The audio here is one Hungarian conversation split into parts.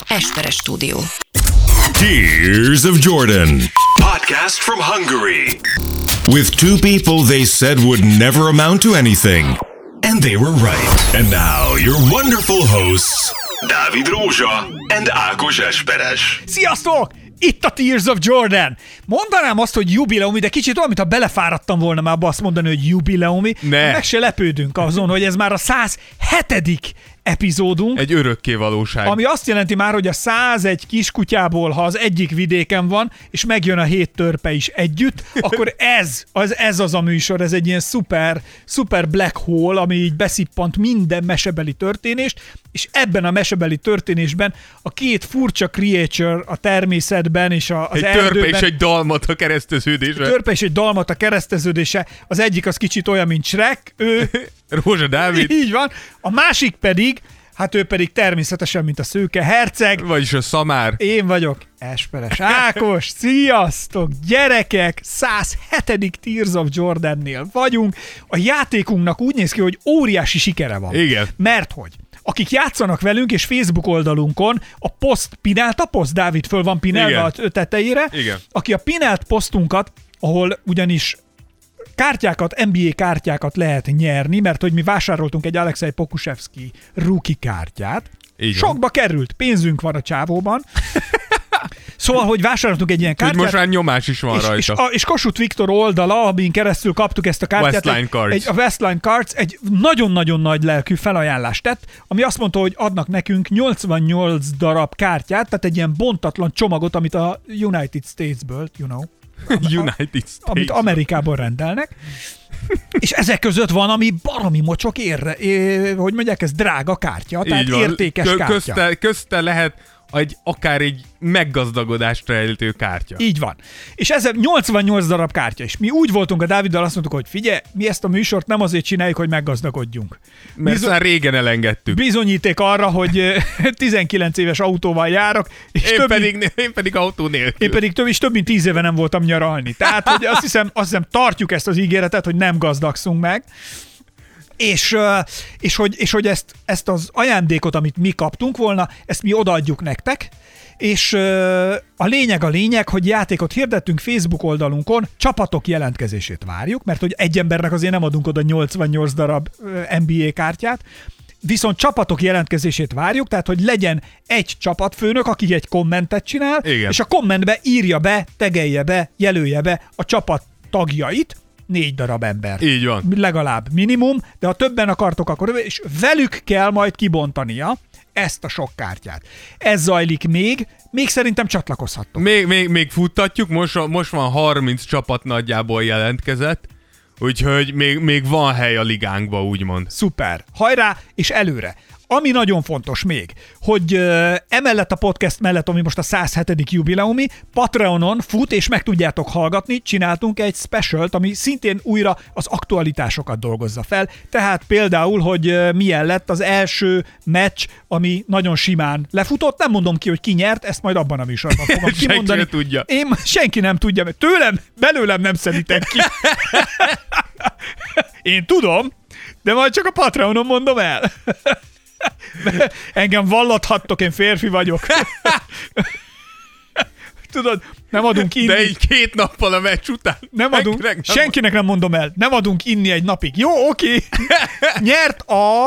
Esperes Stúdió. Tears of Jordan. Podcast from Hungary. With two people they said would never amount to anything. And they were right. And now your wonderful hosts, Dávid Rózsa and Ákos Esperes. Sziasztok! Itt a Tears of Jordan. Mondanám azt, hogy jubileumi, de kicsit olyan, mintha belefáradtam volna már abba azt mondani, hogy jubileumi. Meg se lepődünk azon, hogy ez már a 107. epizódunk. Egy örökké valóság. Ami azt jelenti már, hogy a 101 kiskutyából, ha az egyik vidéken van, és megjön a 7 törpe is együtt, akkor ez az a műsor, ez egy ilyen szuper black hole, ami így beszippant minden mesebeli történést, és ebben a mesebeli történésben a két furcsa creature a természetben és az erdőben. Egy törpe és egy dalmata kereszteződése. Törpe és egy dalmata kereszteződése. Az egyik az kicsit olyan, mint Shrek, ő... Rózsa Dávid. Így van. A másik pedig, hát ő pedig természetesen, mint a szőke herceg. Vagyis a szamár. Én vagyok Esperes Ákos. Sziasztok, gyerekek! 107. Tears of Jordannél vagyunk. A játékunknak úgy néz ki, hogy óriási sikere van. Igen. Mert hogy akik játszanak velünk, és Facebook oldalunkon a poszt pinált, a poszt, Dávid, föl van pinálva a tetejére. Igen. Aki a pinált posztunkat, ahol ugyanis kártyákat, NBA kártyákat lehet nyerni, mert hogy mi vásároltunk egy Alexei Pokusevski rookie kártyát. Sokba került, pénzünk van a csávóban. Szóval, hogy vásároltunk egy ilyen kártyát. Úgy most már nyomás is van rajta. És Kossuth Viktor oldala, amin keresztül kaptuk ezt a kártyát. Westline Cards. A Westline Cards egy nagyon-nagyon nagy lelkű felajánlást tett, ami azt mondta, hogy adnak nekünk 88 darab kártyát, tehát egy ilyen bontatlan csomagot, amit a United States-ből, United States. Amit Amerikából rendelnek. És ezek között van, ami baromi mocsok hogy mondják, ez drága kártya, tehát értékes kártya. Közte lehet akár egy meggazdagodást rejtő kártya. Így van. És ez 88 darab kártya. És mi úgy voltunk a Dáviddal, azt mondtuk, hogy figyelj, mi ezt a műsort nem azért csináljuk, hogy meggazdagodjunk. Mert már régen elengedtük. Bizonyíték arra, hogy 19 éves autóval járok, és én pedig autó nélkül. Én pedig több mint 10 éve nem voltam nyaralni. Tehát, hogy azt hiszem tartjuk ezt az ígéretet, hogy nem gazdagszunk meg. És hogy ezt az ajándékot, amit mi kaptunk volna, ezt mi odaadjuk nektek, és a lényeg, hogy játékot hirdettünk Facebook oldalunkon, csapatok jelentkezését várjuk, mert hogy egy embernek azért nem adunk oda 88 darab NBA kártyát, viszont csapatok jelentkezését várjuk, tehát hogy legyen egy csapatfőnök, aki egy kommentet csinál, igen, és a kommentbe írja be, tegelje be, jelölje be a csapat tagjait, 4 darab ember. Így van. Legalább minimum, de ha többen akartok, akkor és velük kell majd kibontania ezt a sok kártyát. Ez zajlik még szerintem csatlakozhattok. Még futtatjuk, most van 30 csapat nagyjából jelentkezett, úgyhogy még van hely a ligánkba, úgymond. Szuper. Hajrá, és előre. Ami nagyon fontos még, hogy emellett a podcast mellett, ami most a 107. jubileumi, Patreonon fut, és meg tudjátok hallgatni, csináltunk egy specialt, ami szintén újra az aktualitásokat dolgozza fel. Tehát például, hogy milyen lett az első meccs, ami nagyon simán lefutott. Nem mondom ki, hogy ki nyert, ezt majd abban a műsorban fogom kimondani. Senki nem tudja. Senki nem tudja, mert belőlem nem szeditek ki. Én tudom, de majd csak a Patreonon mondom el. Engem vallathattok, én férfi vagyok. Tudod, nem adunk inni. De így 2 nappal a meccs után. Senkinek nem mondom el. Nem adunk inni egy napig. Jó, oké. Nyert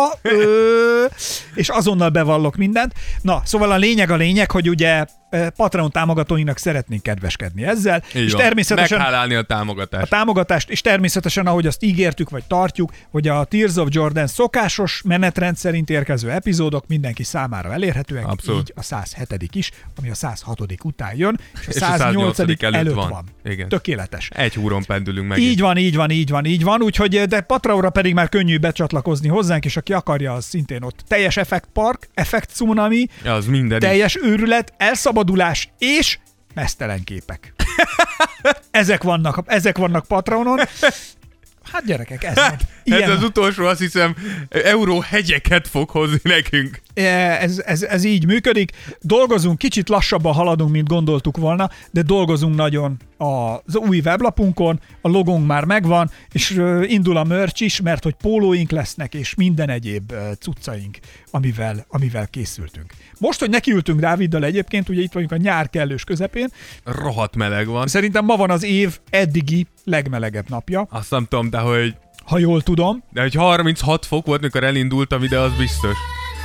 és azonnal bevallok mindent. Na, szóval a lényeg, hogy ugye Patreon támogatóinak szeretnénk kedveskedni ezzel. Így és van. természetesen meghálálni a támogatást. És természetesen, ahogy azt ígértük, vagy tartjuk, hogy a Tears of Jordan szokásos menetrend szerint érkező epizódok mindenki számára elérhetőek. Abszolút. Így a 107. is, ami a 106. után jön, és a és 108. előtt van. van. Igen. Tökéletes. Egy húron pendülünk meg. Így van, úgyhogy de Patreonra pedig már könnyű becsatlakozni hozzánk, és aki akarja, az szintén ott teljes effektpark, effekt cunami, az minden teljes őrület, elszabadulás és meztelen képek. Ezek vannak Patreonon. Hát gyerekek, ez van. Ez az utolsó, azt hiszem, euróhegyeket fog hozni nekünk. Ez így működik. Dolgozunk, kicsit lassabban haladunk, mint gondoltuk volna, de dolgozunk nagyon az új weblapunkon, a logónk már megvan, és indul a merch is, mert hogy pólóink lesznek, és minden egyéb cuccaink, amivel készültünk. Most, hogy nekiültünk Dáviddal egyébként, ugye itt vagyunk a nyár kellős közepén. Rohadt meleg van. Szerintem ma van az év eddigi legmelegebb napja. Azt nem tudom, de hogy... Ha jól tudom. De hogy 36 fok volt, mikor elindultam ide, az biztos.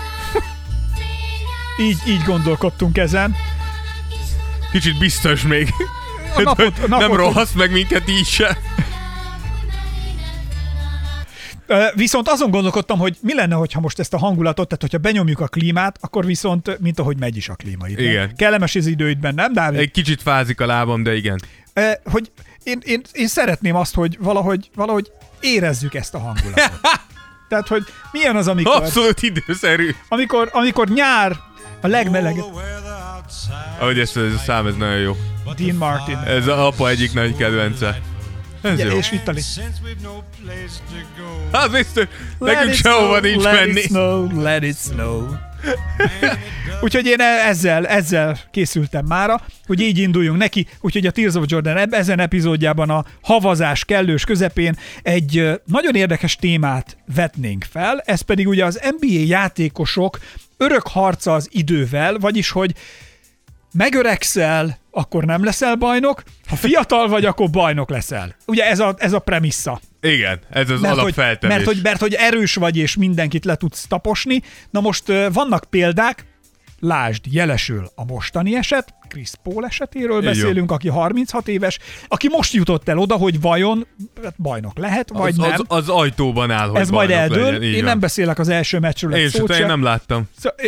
Így gondolkodtunk ezen. Kicsit biztos még. Nem rohasz meg minket így se. Viszont azon gondolkodtam, hogy mi lenne, hogyha most ezt a hangulatot, tehát hogyha benyomjuk a klímát, akkor viszont, mint ahogy megy is a klíma itt. Igen. Kellemes az idő itt bennem, Dávid? Egy kicsit fázik a lábam, de igen. Hogy én szeretném azt, hogy valahogy érezzük ezt a hangulatot. Tehát, hogy milyen az, amikor... Abszolút időszerű. Amikor nyár a legmelegebb... Ahogy ez a szám, ez nagyon jó. Dean Martin. Ez a apa egyik nagy kedvence. Ez jó. És Vitali. Hát biztos, nekünk sehova nincs menni. Let it snow. Úgyhogy én ezzel készültem mára, hogy így induljunk neki, úgyhogy a Tears of Jordan ezen epizódjában a havazás kellős közepén egy nagyon érdekes témát vetnénk fel, ez pedig ugye az NBA játékosok örök harca az idővel, vagyis hogy megöregszel, akkor nem leszel bajnok, ha fiatal vagy, akkor bajnok leszel. Ugye ez a premissza. Igen, ez az alapfeltevés. Mert hogy erős vagy, és mindenkit le tudsz taposni. Na most vannak példák, lásd jelesül a mostani eset, Chris Paul esetéről beszélünk, aki 36 éves, aki most jutott el oda, hogy vajon bajnok lehet, vagy nem. Az ajtóban áll, hogy ez majd eldől. Legyen, én nem beszélek az első meccsről. Én nem láttam.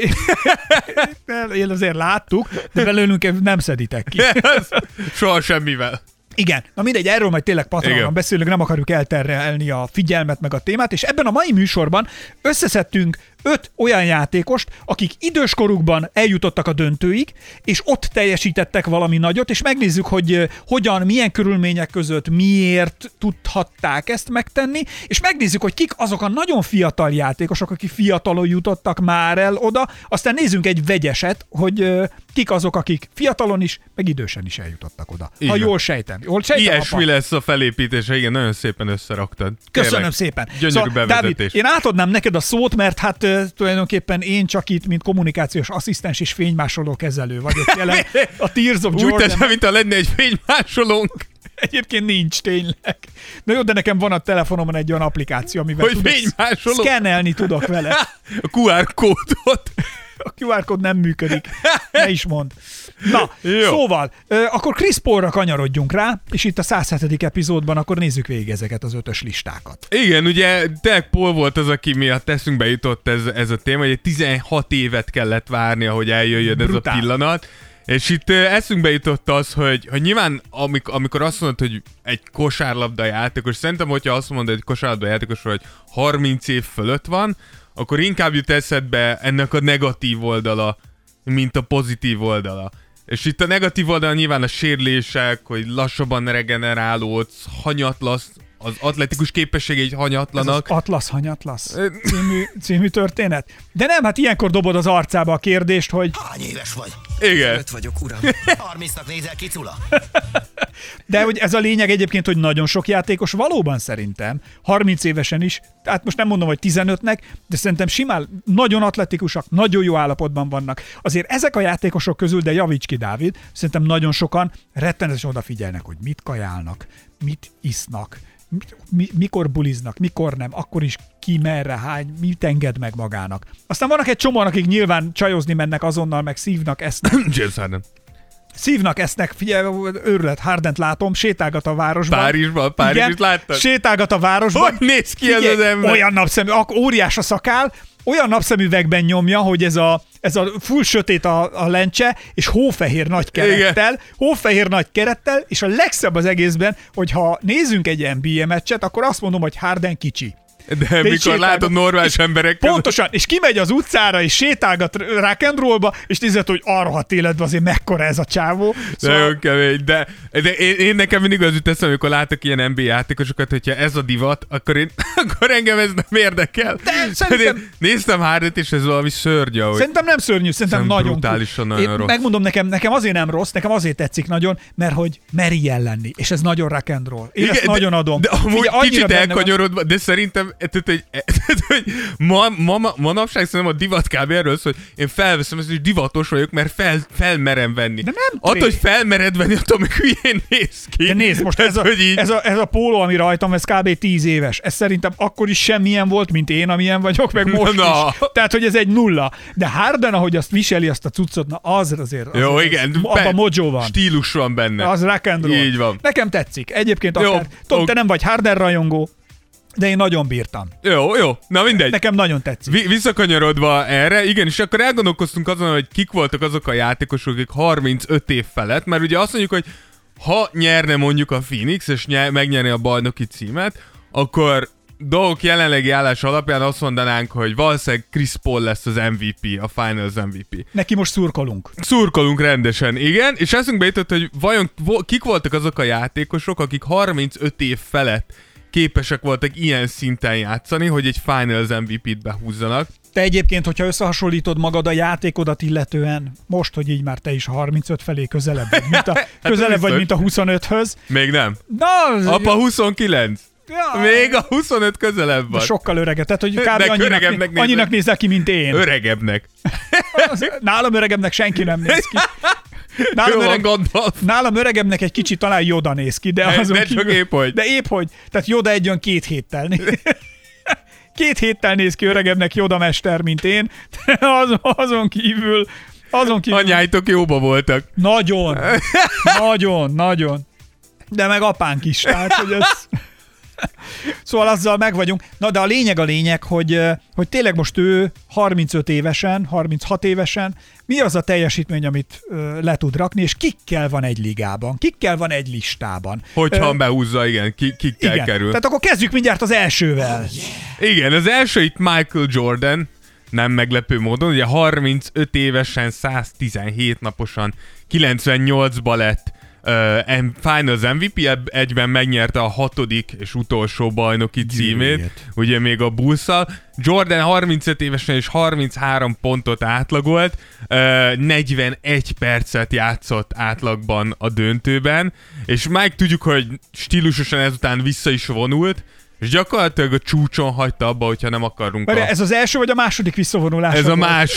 Én azért láttuk, de belőlünk nem szeditek ki. Soha semmivel. Igen, na mindegy, erről majd tényleg Patreonon beszélünk, nem akarjuk elterelni a figyelmet meg a témát, és ebben a mai műsorban összeszedtünk 5 olyan játékost, akik időskorukban eljutottak a döntőig, és ott teljesítettek valami nagyot, és megnézzük, hogy hogyan, milyen körülmények között, miért tudhatták ezt megtenni, és megnézzük, hogy kik azok a nagyon fiatal játékosok, akik fiatalon jutottak már el oda, aztán nézzünk egy vegyeset, hogy kik azok, akik fiatalon is, meg idősen is eljutottak oda. Igen. Ha jól sejtem. Ilyesmi lesz a felépítése, igen, nagyon szépen összeraktad. Köszönöm szépen. Gyönyörű bevezetés. Dávid, én átadnám neked a szót, mert hát tulajdonképpen én csak itt, mint kommunikációs asszisztens és fénymásoló kezelő vagyok jelen. A Tears of Jordan. Úgy teszem, mint ha lenne egy fénymásolónk. Egyébként nincs, tényleg. Na jó, de nekem van a telefonomon egy olyan applikáció, amivel szkennelni tudok vele. A QR kódot. A QR kód nem működik. Ne is mondd. Na, jó. Szóval, akkor Chris Paulra kanyarodjunk rá, és itt a 107. epizódban akkor nézzük végig ezeket az 5-ös listákat. Igen, ugye tényleg Paul volt az, aki miatt eszünkbe jutott ez a téma, hogy 16 évet kellett várni, ahogy eljöjjön Brutál. Ez a pillanat. És itt eszünkbe jutott az, hogy nyilván amikor azt mondod, hogy egy kosárlabda játékos, szerintem, hogyha azt mondod, hogy egy kosárlabda játékos, hogy 30 év fölött van, akkor inkább jut eszedbe ennek a negatív oldala, mint a pozitív oldala. És itt a negatív oldala nyilván a sérülések, hogy lassabban regenerálódsz, hanyatlasz, az atletikus képessége egy hanyatlanak. Ez az Atlasz című történet. De nem, hát ilyenkor dobod az arcába a kérdést, hogy... Hány éves vagy? Igen. 5 vagyok, uram. 30-nak nézel ki, Cula? De hogy ez a lényeg egyébként, hogy nagyon sok játékos valóban szerintem 30 évesen is, tehát most nem mondom, hogy 15-nek, de szerintem simán nagyon atletikusak, nagyon jó állapotban vannak. Azért ezek a játékosok közül, de javíts ki, Dávid, szerintem nagyon sokan rettenetesen odafigyelnek, hogy mit kajálnak, mit isznak, mikor buliznak, mikor nem, akkor is ki, merre, hány, mit enged meg magának. Aztán vannak egy csomóan, akik nyilván csajozni mennek azonnal, meg szívnak, esznek. James Harden. Szívnak, esznek, figyelj, őrület, Hardent látom, sétálgat a városban. Párizs is láttad? Sétálgat a városban. Hogy néz ki ez az ember? Olyan napszemű, óriás a szakál, olyan napszemüvegben nyomja, hogy ez a full sötét a lencse, és hófehér nagy kerettel, és a legszebb az egészben, hogyha nézzünk egy NBA meccset, akkor azt mondom, hogy Harden kicsi. De mikor látod normális emberek között. Pontosan, és kimegy az utcára, és sétálgat rock and rollba, és nézed, hogy arra hat életben azért mekkora ez a csávó. Szóval... Nagyon kemény, de én nekem mindig az jut eszembe, amikor látok ilyen NBA játékosokat, hogyha ez a divat, akkor engem ez nem érdekel. Szerintem... Én néztem Hardet, és ez valami szörny. Szerintem nem szörnyű, szerintem nagyon brutálisan nagyon rossz. Megmondom, nekem azért nem rossz, nekem azért tetszik nagyon, mert hogy meri ilyen lenni, és ez nagyon rock and roll. Én ezt nagyon adom. De amúgy kicsit elkanyarodva, de szerintem hogy manapság szerintem a divat kb. Erről szól, hogy én felveszem ezt, hogy divatos vagyok, mert felmerem venni. De nem attól, hogy felmered venni, attól meg hülyén néz ki. De nézd, most ez a póló, ami rajtam, ez kb. 10 éves. Ez szerintem akkor is semmilyen volt, mint én, amilyen vagyok, meg most is. Tehát, hogy ez egy nulla. De Harden, ahogy azt viseli, azt a cuccot, na az azért. Jó, igen. Abban mojo van. Stílus van benne. Az rock and roll. Így van. Nekem tetszik. Egyébként akár, tudom, te nem vagy Harden rajongó, de én nagyon bírtam. Jó. Na mindegy. Nekem nagyon tetszik. Visszakanyarodva erre, igen, és akkor elgondolkoztunk azon, hogy kik voltak azok a játékosok, akik 35 év felett, mert ugye azt mondjuk, hogy ha nyerne mondjuk a Phoenix, és megnyerni a bajnoki címet, akkor dolgok jelenlegi állás alapján azt mondanánk, hogy valószínűleg Chris Paul lesz az MVP, a Finals MVP. Neki most szurkolunk. Szurkolunk rendesen, igen, és eszünkbe jutott, hogy vajon kik voltak azok a játékosok, akik 35 év felett képesek voltak ilyen szinten játszani, hogy egy Finals MVP-t behúzzanak. Te egyébként, hogyha összehasonlítod magad a játékodat illetően, most, hogy így már te is 35 felé közelebb vagy, mint a 25-höz. Még nem. Na, Apa 29. Ja. Még a 25 közelebb van. Sokkal öregebb, tehát hogy kb. Annyinak nézel ki, mint én. Öregebbnek. Nálam öregebbnek senki nem néz ki. Nálam öregebbnek egy kicsit talán Yoda néz ki, de azon de csak épp hogy. De épp hogy. Tehát Yoda egy olyan 2 héttel néz. 2 héttel néz ki öregebbnek Yoda mester, mint én. Azon kívül... Anyáitok jóba voltak. Nagyon. De meg apánk is. Tehát, hogy ez... Szóval azzal meg vagyunk. Na de a lényeg, hogy tényleg most ő 35 évesen, 36 évesen, mi az a teljesítmény, amit le tud rakni, és kikkel van egy ligában, kikkel van egy listában. Hogyha behúzza, igen, kikkel kerül. Tehát akkor kezdjük mindjárt az elsővel. Igen, az első itt Michael Jordan, nem meglepő módon, ugye 35 évesen, 117 naposan, 98-ba lett Finals MVP, egyben megnyerte a 6. és utolsó bajnoki címét, ugye még a Bulls-szal. Jordan 35 évesen és 33 pontot átlagolt, 41 percet játszott átlagban a döntőben, és meg tudjuk, hogy stílusosan ezután vissza is vonult, és gyakorlatilag a csúcson hagyta abba, hogyha nem akarunk. Ez az első vagy a második visszavonulás? Ez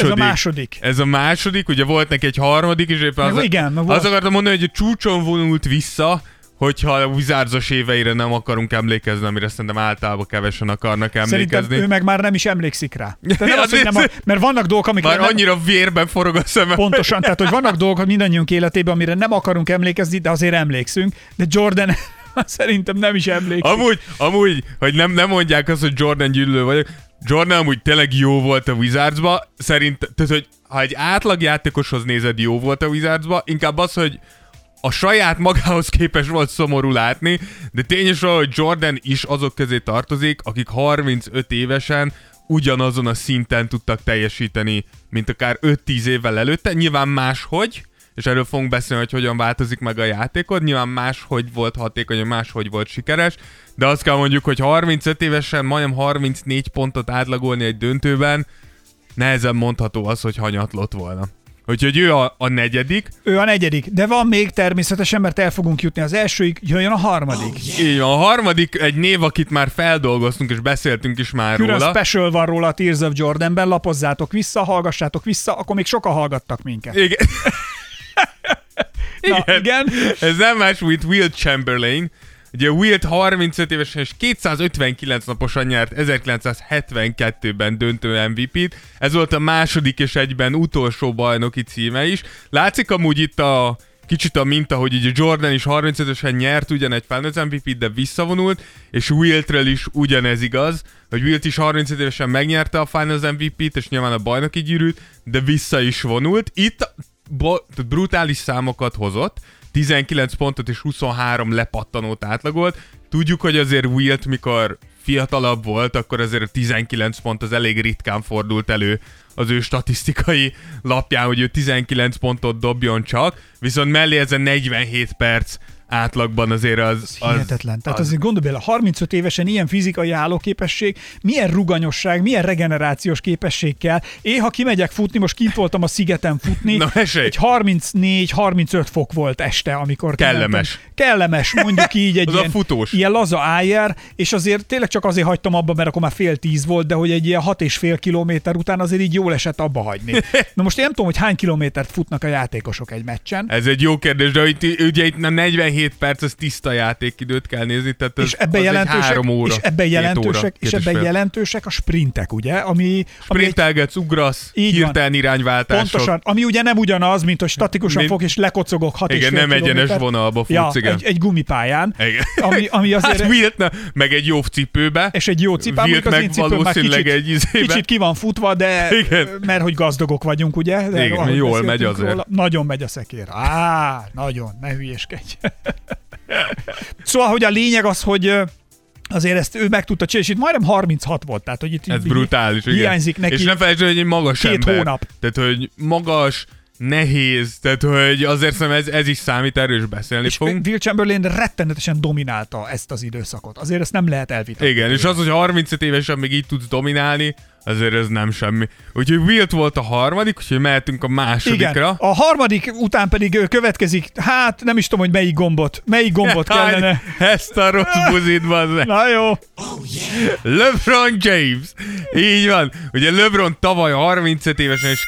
a második, ugye volt neki egy harmadik, és éppen az akartam mondani, hogy a csúcson vonult vissza, hogyha a Wizards-os éveire nem akarunk emlékezni, amire szerintem általában kevesen akarnak emlékezni. Szerintem ő meg már nem is emlékszik rá. Mert vannak dolgok, amik... Már annyira vérben forog a szemem. Pontosan, tehát hogy vannak dolgok mindannyiunk életében, amire nem akarunk emlékezni, de azért emlékszünk. De Jordan... Szerintem nem is emlékszik. Amúgy, hogy nem mondják azt, hogy Jordan gyűlölő vagyok. Jordan amúgy tényleg jó volt a Wizardsba. Tehát, hogy ha egy átlagjátékoshoz nézed, jó volt a Wizardsba, inkább az, hogy a saját magához képes volt szomorú látni, de tényleg, hogy Jordan is azok közé tartozik, akik 35 évesen ugyanazon a szinten tudtak teljesíteni, mint akár 5-10 évvel előtte. Nyilván máshogy, és erről fogunk beszélni, hogy hogyan változik meg a játékod. Nyilván máshogy volt hatékony, máshogy volt sikeres, de azt kell mondjuk, hogy 35 évesen majdnem 34 pontot átlagolni egy döntőben, nehezen mondható az, hogy hanyatlott volna. Úgyhogy ő a negyedik. Ő a negyedik, de van még természetesen, mert el fogunk jutni az elsőig, jöjjön a harmadik. Így van, a harmadik egy név, akit már feldolgoztunk, és beszéltünk is már külön róla. Special van róla a Tears of Jordanben, lapozzátok vissza, hallgassátok vissza, akkor még sokan hallgattak minket. Igen. Igen. Ez nem más, mint Wilt Chamberlain. Ugye Wilt 35 évesen és 259 naposan nyert 1972-ben döntő MVP-t. Ez volt a második és egyben utolsó bajnoki címe is. Látszik amúgy itt kicsit a minta, hogy így Jordan is 35-ösen nyert ugyan egy Finals MVP-t, de visszavonult, és Wiltről is ugyanez igaz, hogy Wilt is 35 évesen megnyerte a Finals MVP-t, és nyilván a bajnoki gyűrűt, de vissza is vonult. Itt brutális számokat hozott, 19 pontot és 23 lepattanót átlagolt. Tudjuk, hogy azért Wilt, mikor fiatalabb volt, akkor azért a 19 pont az elég ritkán fordult elő az ő statisztikai lapján, hogy ő 19 pontot dobjon csak, viszont mellé ez a 47 perc átlagban azért az hihetetlen. Tehát azért gondolj bele, 35 évesen ilyen fizikai állóképesség, milyen ruganyosság, milyen regenerációs képesség kell. Én, ha kimegyek futni, most kint voltam a szigeten futni, egy 34-35 fok volt este, amikor kellemes. Kellemes, mondjuk így egy ilyen laza ájer, és azért tényleg csak azért hagytam abba, mert akkor már 9:30 volt, de hogy egy ilyen 6,5 kilométer után azért így jól esett abba hagyni. Na most én nem tudom, hogy hány kilométert futnak a játékosok egy meccsen. Ez egy jó kérdés, de ugye itt 47 perc, az tiszta játékidőt kell nézni, tehát és ebben jelentősek a sprintek, ugye? Sprintelgetsz, ugrasz, hirtelen irányváltások. Pontosan, ami ugye nem ugyanaz, mint hogy statikusan fog és lekocogok 6,5 igen, nem egyenes vonalba futsz, igen. Egy gumipályán. Ami azért... Hát Wiltna, meg egy jó cipőbe. És egy jó cipőbe, amikor az én cipőm már kicsit ki van futva, de mert hogy gazdagok vagyunk, ugye? De igen, jól megy azért. Róla, nagyon megy a szekér. Nagyon, ne hülyéskedj. Szóval, hogy a lényeg az, hogy azért ezt ő meg tudta csinálni, és itt majdnem 36 volt, tehát hogy itt ez brutális, hiányzik neki. És nem felejtsd, hogy egy magas 2 ember. hónap. Tehát, hogy magas, nehéz, tehát hogy azért szerintem ez is számít, erről is beszélni fogunk. Will Chamberlain rettenetesen dominálta ezt az időszakot. Azért ezt nem lehet elvitatni. Igen, és az, hogy 35 évesen még így tudsz dominálni, azért ez nem semmi. Úgyhogy Wilt volt a harmadik, úgyhogy mehetünk a másodikra. Igen, a harmadik után pedig következik, hát nem is tudom, hogy melyik gombot kellene. Ezt a rossz buzit, bazd. Na jó. LeBron James. Így van. Ugye LeBron tavaly 35 évesen és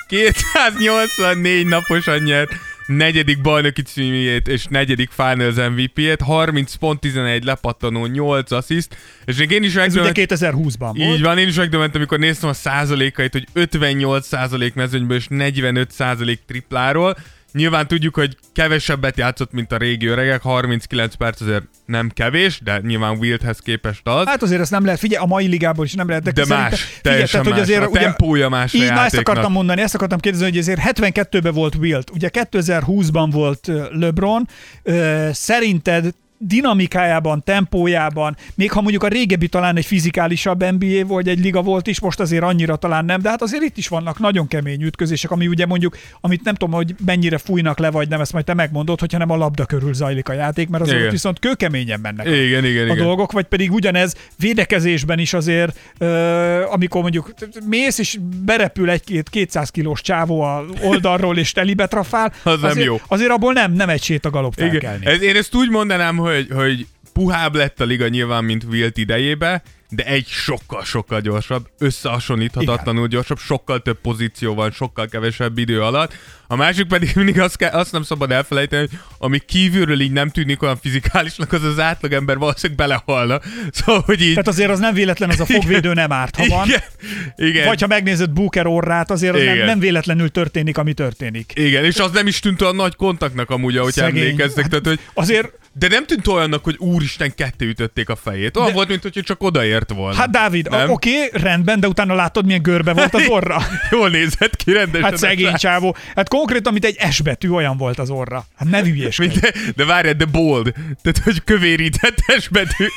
284 naposan nyert 4. bajnoki címét és 4. Finals MVP-ét, 30 pont, 11 lepattanó, 8 assziszt, és én is megdömentem. Ez ugye 2020-ban volt. Így van, én is megdömentem, amikor néztem a százalékait, hogy 58% mezőnyből és 45% tripláról. Nyilván tudjuk, hogy kevesebbet játszott, mint a régi öregek, 39 perc azért nem kevés, de nyilván Wilthez képest az. Hát azért ezt nem lehet, figyelj, a mai ligából is nem lehet. De más, teljesen tehát, más, azért, a tempója más a játéknak. Ezt akartam mondani, ezt akartam kérdezni, hogy azért 72-ben volt Wilt, ugye 2020-ban volt LeBron, szerinted dinamikájában, tempójában, még ha mondjuk a régebbi talán egy fizikálisabb NBA vagy egy liga volt is, most azért annyira talán nem, de hát azért itt is vannak nagyon kemény ütközések, ami ugye mondjuk, amit nem tudom, hogy mennyire fújnak le, vagy nem, ezt majd te megmondod, hogyha nem a labda körül zajlik a játék, mert azért viszont kőkeményen mennek a dolgok, vagy pedig ugyanez védekezésben is azért, amikor mondjuk mész és berepül egy-két 200 kilós csávó a oldalról és telibe trafál, azért abból nem egy sétagalop felkelni. Én ezt úgy mondanám, hogy puhább lett a liga nyilván, mint Wilt idejébe, de egy sokkal gyorsabb, összehasonlíthatatlanul gyorsabb, sokkal több pozíció van, sokkal kevesebb idő alatt. A másik pedig mindig azt nem szabad elfelejteni, hogy ami kívülről így nem tűnik olyan fizikálisnak, az átlagember valószínűleg belehalna. Szóval, hogy így... Tehát azért az nem véletlen, az a fogvédő nem árt, ha van. Igen. Vagy ha megnézed Booker orrát, azért az nem véletlenül történik, ami történik. Igen, és az nem is tűnt olyan nagy kontaktnak amúgy, ahogy emlékeztek. Hát, tehát, hogy... azért... De nem tűnt olyannak, hogy úristen, ketté ütötték a fejét. Olyan volt, mint hogy csak odaért volna. Hát Dávid, oké, rendben, de utána látod, milyen görbe volt az orra. Jól nézett ki rendesen. Hát szegény csávó. Hát konkrétan, mint egy S betű, olyan volt az orra. Hát ne hülyéskedj. De várjál, de bold. Tehát, hogy kövérített S betű.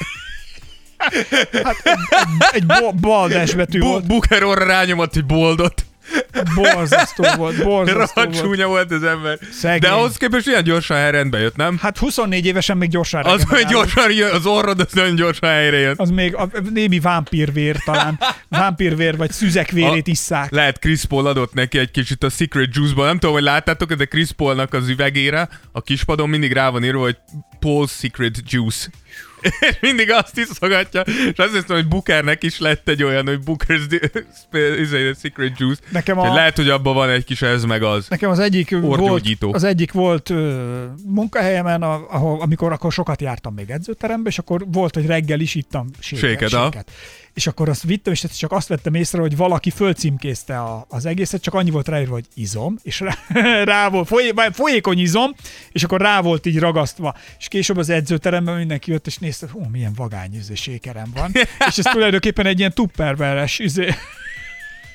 Hát egy bald S betű volt. Booker orra rányomott egy boldot. Borzasztó volt. Rohadt csúnya volt az ember. Szegény. De ahhoz képest ilyen gyorsan rendbe jött, nem? Hát 24 évesen még gyorsan az még gyorsan jön, az orrod az nagyon gyorsan helyre jön. Az még némi vámpírvér talán. Vámpírvér vagy szüzekvérét isszák. Lehet Chris Paul adott neki egy kicsit a Secret Juice-ból. Nem tudom, hogy láttátok, de Chris Paulnak az üvegére a kispadon mindig rá van írva, hogy Paul's Secret Juice. És mindig azt iszogatja, és azt hiszem, hogy Bookernek is lett egy olyan, hogy Booker's Secret Juice. Lehet, hogy abban van egy kis ez meg az. Nekem az egyik volt munkahelyemen, amikor akkor sokat jártam még edzőterembe, és akkor volt, hogy reggel is ittam séket. És akkor azt vittem, és csak azt vettem észre, hogy valaki fölcímkézte az egészet, csak annyi volt ráírva, hogy izom, és rá volt, folyékony izom, és akkor rá volt így ragasztva. És később az edzőteremben mindenki jött, és nézte, milyen vagány sékerem van. És ez tulajdonképpen egy ilyen tupperware-es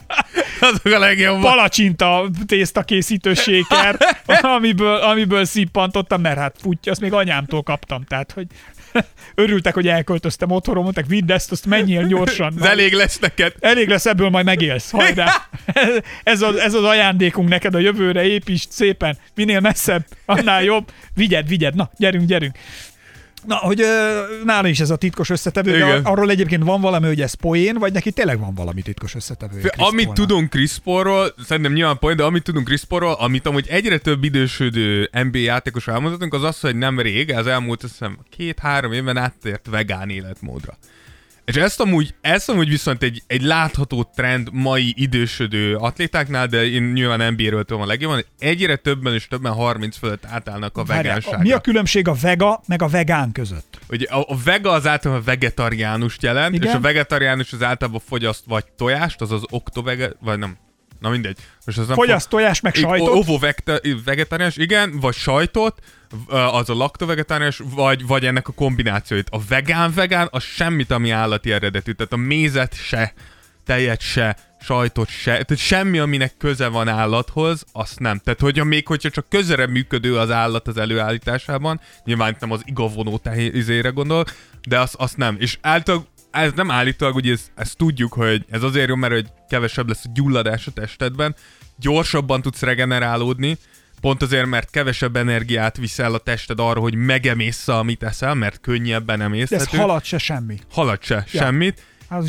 Azok a legjobb. Palacsinta tészta készítő séker, amiből szippantottam, mert hát futja, azt még anyámtól kaptam, tehát hogy örültek, hogy elköltöztem otthonról, mondták, vidd ezt, azt menjél gyorsan. Ez elég lesz neked. Elég lesz, ebből majd megélsz, hajrá. Ez az ajándékunk neked a jövőre, építsd szépen, minél messzebb, annál jobb. Vigyed, na, gyerünk. Na, hogy nála is ez a titkos összetevő, de arról egyébként van valami, hogy ez poén, vagy neki tényleg van valami titkos összetevő? Amit tudunk Chris Paulról, szerintem nyilván poén, de amit tudunk Chris Paulról, amit amúgy egyre több idősödő NBA játékos elmondhatunk, az az, hogy nem rég, az elmúlt azt hiszem 2-3 évben áttért vegán életmódra. És ezt amúgy viszont egy látható trend mai idősödő atlétáknál, de én nyilván NBA-ről tudom a legjobban, hogy egyre többen 30 fölött átállnak a vegánságra. Mi a különbség a vega meg a vegán között? Ugye a vega az általában a vegetariánust jelent, igen? És a vegetariánus az általában fogyaszt vagy tojást, az vagy nem. Na mindegy. Most az fogyaszt tojást, meg sajtot? Ovo-vegetáriánus, igen, vagy sajtot, az a laktovegetáriánus, vagy ennek a kombinációit. A vegán, az semmit, ami állati eredetű. Tehát a mézet se, tejet se, sajtot se, tehát semmi, aminek köze van állathoz, azt nem. Tehát hogyha csak közelebb működő az állat az előállításában, nyilván nem az igavonó izére gondol, de azt nem. És ez nem állítólag, ugye ezt tudjuk, hogy ez azért jó, mert hogy kevesebb lesz a gyulladás a testedben, gyorsabban tudsz regenerálódni, pont azért, mert kevesebb energiát viszel a tested arra, hogy megemésza, amit eszel, mert könnyebben emészhető. De ez halad se semmi. Halad se semmit.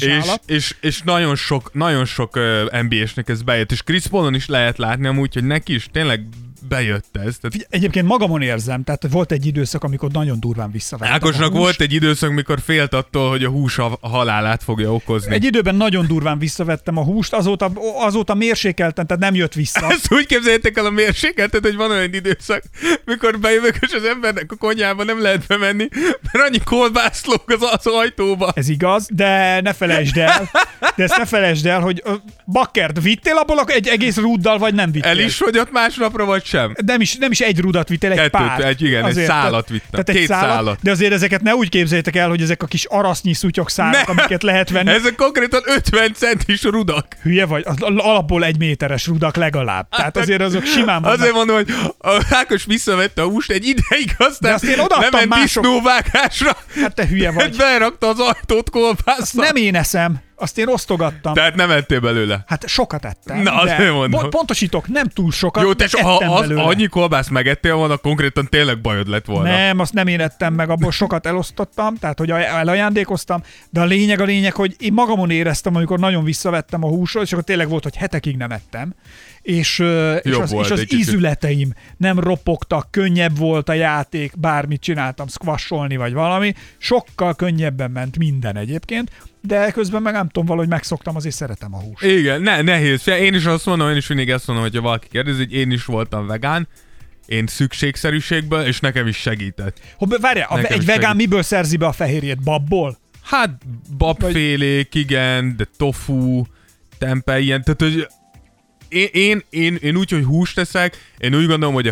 És nagyon sok NBA-snek ez bejött, és Chris Paulon is lehet látni amúgy, hogy neki is tényleg bejött ez. Tehát... Egyébként magamon érzem, tehát volt egy időszak, amikor nagyon durván visszavettem. Ákosnak volt egy időszak, amikor félt attól, hogy a hús a halálát fogja okozni. Egy időben nagyon durván visszavettem a húst, azóta mérsékeltem, tehát nem jött vissza. Ezt úgy képzeljétek el a mérsékeltet, hogy van olyan időszak, mikor bejövök, és az embernek a konyhába nem lehet bemenni, mert annyi kolbász lóg az ajtóba. Ez igaz, de ne felejtsd el, hogy Bakkert, vittél abból egy egész rúddal, vagy nem vittél? El is fogyott másnapra, vagy sem? Nem is egy rudat vittél, egy pár. Egy szállat vittem. Két szállat. De azért ezeket ne úgy képzeljétek el, hogy ezek a kis arasznyi szutyok szálak, amiket lehet venni. Ezek konkrétan 50 centis rudak. Hülye vagy, alapból 1 méteres rudak legalább. Tehát azért azok simán vannak. Azért mondom, hogy Ákos visszavette a húst egy ideig, aztán lement disznóvágásra. Hát te hülye vagy. Berakta az ajtót kolbásszal. Azt nem én eszem. Azt én osztogattam. Tehát nem ettél belőle? Hát sokat ettem. Na, azt mondom. Pontosítok, nem túl sokat. Jó, te ha annyi kolbászt megettél volna, konkrétan tényleg bajod lett volna. Nem, azt nem én ettem meg, abból sokat elosztottam, tehát hogy elajándékoztam, de a lényeg, hogy én magamon éreztem, amikor nagyon visszavettem a húsról, és akkor tényleg volt, hogy hetekig nem ettem, és az ízületeim nem ropogtak, könnyebb volt a játék, bármit csináltam, squasholni vagy valami, sokkal könnyebben ment minden egyébként, de közben meg nem tudom, valahogy megszoktam, azért szeretem a húst. Igen, nehéz. Én is azt mondom, mindig ezt mondom, hogyha valaki kérdezi, hogy én is voltam vegán, én szükségszerűségből, és nekem is segített. Várjál, egy vegán miből szerzi be a fehérjét? Babból? Hát babfélék, igen, de tofu, tempeh, ilyen, tehát hogy én úgy, hogy húst teszek, én úgy gondolom, hogy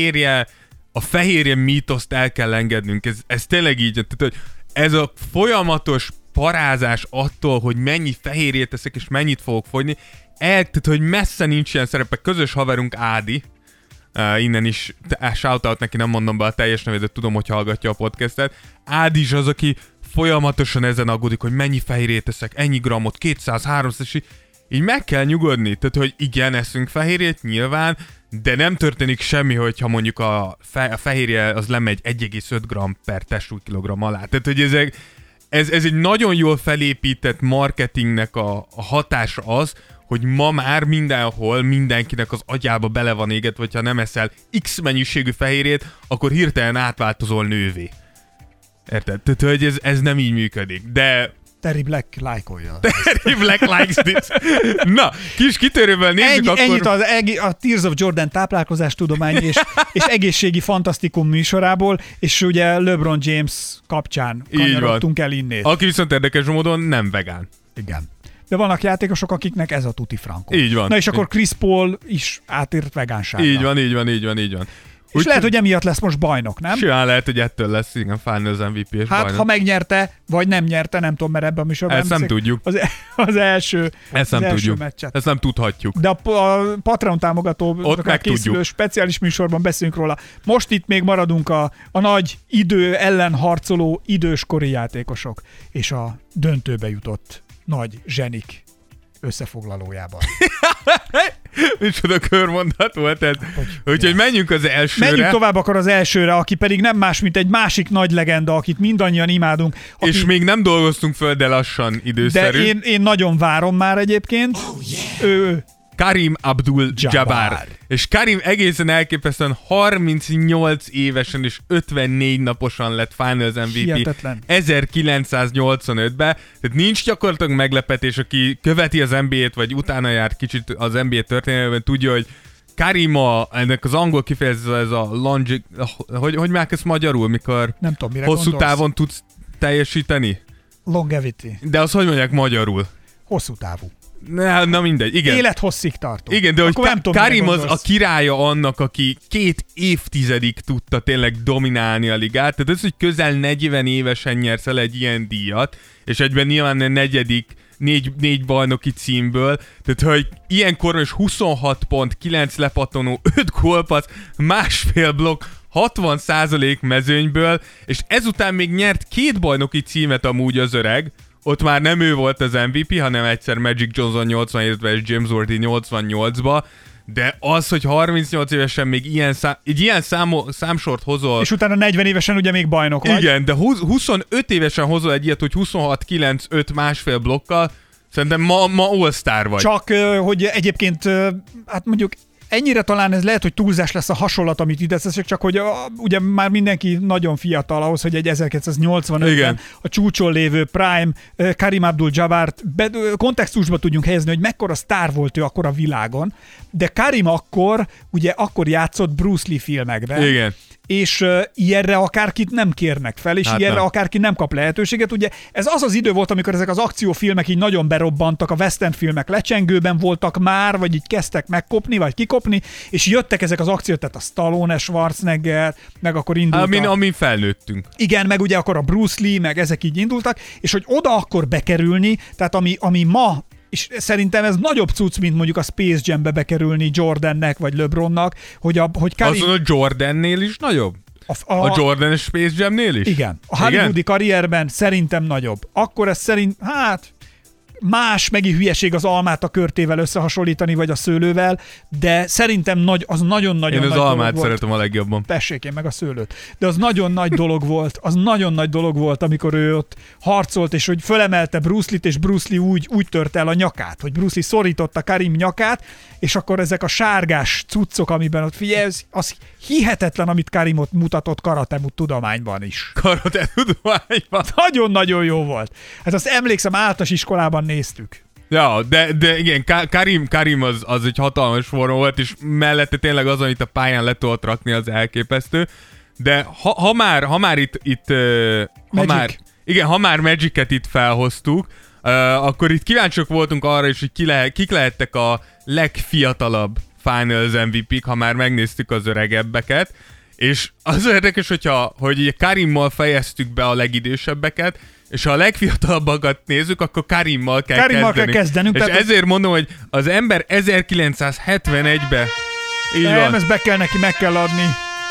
a fehérje mítoszt el kell engednünk. Ez tényleg így, tehát hogy ez a folyamatos parázás attól, hogy mennyi fehérjét teszek és mennyit fogok fogyni, tehát hogy messze nincs ilyen szerepe. Közös haverunk Ádi, innen is shoutout neki, nem mondom be a teljes nevét, de tudom, hogy hallgatja a podcastet. Ádi is az, aki folyamatosan ezen aggódik, hogy mennyi fehérjét teszek, ennyi grammot, 200-300, és így meg kell nyugodni. Tehát, hogy igen, eszünk fehérjét nyilván, de nem történik semmi, hogyha mondjuk a fehérje az lemegy 1,5 g per testsúlykilogramm alá. Tehát, hogy ez egy nagyon jól felépített marketingnek a hatása az, hogy ma már mindenhol mindenkinek az agyába bele van éget, vagy ha nem eszel X mennyiségű fehérjét, akkor hirtelen átváltozol nővé. Érted? Tehát, hogy ez nem így működik. De Terry Black lájkolja. Terry Black likes this. Na, kis kitérővel nézzük akkor. Ennyit a Tears of Jordan táplálkozástudomány és egészségi fantasztikum műsorából, és ugye LeBron James kapcsán kanyarodtunk el innét. Aki viszont érdekes módon nem vegán. Igen. De vannak játékosok, akiknek ez a tuti frankó. Így van. Na és akkor Chris Paul is átért vegánságra. Így van. És lehet, hogy emiatt lesz most bajnok, nem? Simán lehet, hogy ettől lesz, igen, Finals MVP és Hát, bajnok. ha megnyerte, vagy nem nyerte, nem tudom, mert ebben a műsorban Ezt nem tudjuk. Az első meccset. Ezt nem tudhatjuk. De a Patreon támogatóknak készülő tudjuk. speciális műsorban beszélünk róla. Most itt még maradunk a nagy idő ellen harcoló időskori játékosok és a döntőbe jutott nagy zsenik összefoglalójában. Micsoda körmondat volt ez. Úgyhogy menjünk az elsőre. Menjünk tovább akkor az elsőre, aki pedig nem más, mint egy másik nagy legenda, akit mindannyian imádunk. És még nem dolgoztunk föl, de lassan időszerű. De én nagyon várom már egyébként. Ő Karim Abdul-Jabbar. És Karim egészen elképesztően 38 évesen és 54 naposan lett Finals MVP. Hihetetlen. 1985-ben. Tehát nincs gyakorlatilag meglepetés, aki követi az NBA-t, vagy utána járt kicsit az NBA történelmében, tudja, hogy Karima, ennek az angol kifejezés, ez a hogy már ezt magyarul, mikor nem tudom, mire hosszú gondolsz. távon tudsz teljesíteni? Longevity. De az hogy mondják magyarul? Hosszú távú. Na mindegy, igen. Élethosszig tartó. Igen, de hogy nem tudom, Karim mire az a gondolsz. királya annak, aki 2 évtizedig tudta tényleg dominálni a ligát. Tehát ez, hogy közel 40 évesen nyersz el egy ilyen díjat, és egyben nyilván a negyedik 4 bajnoki címből, tehát hogy ilyenkor is 26 pont, 9 lepattanó, 5 gólpassz, másfél blokk, 60% mezőnyből, és ezután még nyert 2 bajnoki címet amúgy az öreg. Ott már nem ő volt az MVP, hanem egyszer Magic Johnson 87-ben és James Worthy 88-ba, de az, hogy 38 évesen még ilyen számsort hozol... És utána 40 évesen ugye még bajnok vagy. Igen, de 25 évesen hozol egy ilyet, hogy 26-9-5 másfél blokkal, szerintem ma all-star vagy. Csak, hogy egyébként, hát mondjuk ennyire talán ez lehet, hogy túlzás lesz a hasonlat, amit ide teszek, csak hogy ugye már mindenki nagyon fiatal ahhoz, hogy egy 1985-ben Igen. a csúcson lévő Prime Karim Abdul-Jabbart kontextusba tudjunk helyezni, hogy mekkora sztár volt ő akkor a világon, de Karim akkor játszott Bruce Lee filmekben. Igen. És ilyenre akárkit nem kérnek fel, és Hát ilyenre nem. akárki nem kap lehetőséget. Ugye ez az az idő volt, amikor ezek az akciófilmek így nagyon berobbantak, a western filmek lecsengőben voltak már, vagy így kezdtek megkopni, vagy kikopni, és jöttek ezek az akciók, tehát a Stallone, Schwarzenegger, meg akkor indult Amin felnőttünk. Igen, meg ugye akkor a Bruce Lee, meg ezek így indultak, és hogy oda akkor bekerülni, tehát ami ma, és szerintem ez nagyobb cucc, mint mondjuk a Space Jam-be bekerülni Jordannek, vagy LeBronnak, hogy Karim... Azon a Jordannél is nagyobb? A Jordan és Space Jamnél is? Igen. A hollywoodi karrierben szerintem nagyobb. Akkor ez más, megint hülyeség az almát a körtével összehasonlítani, vagy a szőlővel, de szerintem az nagyon-nagyon Én nagy az almát dolog szeretem a legjobban. Tessék, én meg a szőlőt. De az nagyon nagy dolog volt, amikor ő ott harcolt, és hogy fölemelte Bruce Lee-t, és Bruce Lee úgy tört el a nyakát, hogy Bruce Lee szorította Karim nyakát, és akkor ezek a sárgás cuccok, amiben ott figyelj, az hihetetlen, amit Karim ott mutatott karate tudományban is. Karate tudományban. Nagyon-nagyon jó volt. Hát azt emlékszem, általános iskolában néztük. Ja, de igen, Karim az egy hatalmas forma volt, és mellette tényleg az, amit a pályán le tudott rakni, az elképesztő. De ha már Magic-et itt felhoztuk, akkor itt kíváncsiak voltunk arra is, hogy kik lehettek a legfiatalabb Finals MVP-k, ha már megnéztük az öregebbeket. És az érdekes, hogy Karimmal fejeztük be a legidősebbeket, és ha a legfiatalabbakat nézzük, akkor Karimmal kell kezdenünk. És ezért mondom, hogy az ember 1971-ben így nem, van. ezt meg kell adni.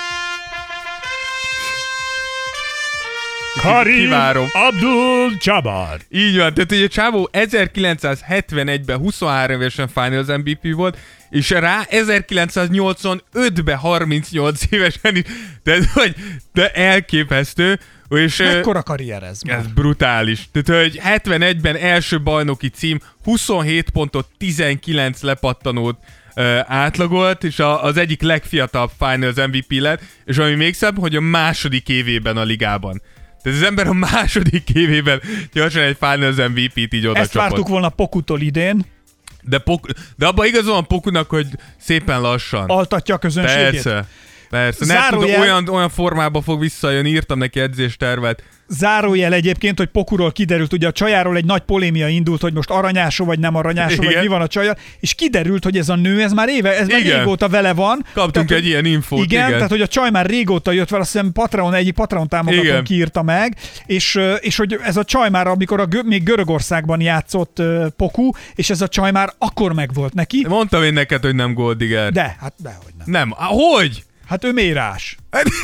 Karim Abdul-Jabbar. Így van, tehát ugye Csávó 1971-ben 23 évesen Finals MVP volt, és rá 1985-ben 38 évesen is, de elképesztő. És mekkora karrier ez? Ez brutális. Tehát, hogy 71-ben első bajnoki cím, 27 pontot, 19 lepattanót átlagolt, és az egyik legfiatalabb Finals MVP lett, és ami még szebb, hogy a második évében a ligában. Tehát az ember a második évében gyorsan egy Finals MVP-t így oda ezt csapott. vártuk volna Pokutól idén. De abban igazol van Pokunak, hogy szépen lassan. Altatja a közönségét. Persze. Persze, nem tudom, olyan formában fog visszajönni, írtam neki edzéstervet. Zárójel egyébként, hogy Pokuról kiderült, ugye a csajáról egy nagy polémia indult, hogy most aranyásó vagy nem aranyásó, vagy mi van a csajjal, és kiderült, hogy ez a nő, ez már már régóta vele van. Kaptunk egy ilyen infót. Igen, tehát hogy a csaj már régóta jött vele, azt hiszem egyik Patreon támogatón kiírta meg, és hogy ez a csaj már, amikor még Görögországban játszott Poku, és ez a csaj már akkor megvolt neki. Mondtam én neked, hogy nem Goldigger. De, hát dehogy nem. Nem, hogy? Hát ő mérás.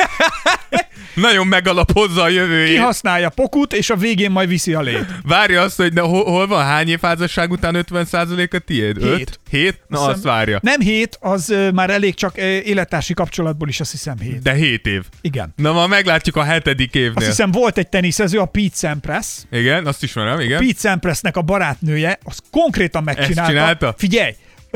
Nagyon megalapozza a jövőjét. Kihasználja Pokut, és a végén majd viszi a lét. Várja azt, hogy hol van, hány év házasság után 50%-a tiéd? 7. 7? Na azt várja. Nem 7, az már elég, csak élettársi kapcsolatból is azt hiszem 7. De 7 év. Igen. Na ma meglátjuk a 7. évnél. Azt hiszem volt egy teniszező, a Pete Sampras. Igen, azt ismerem, igen. A Pete Samprasnek a barátnője, az konkrétan megcsinálta. Ezt csinálta? Figyelj!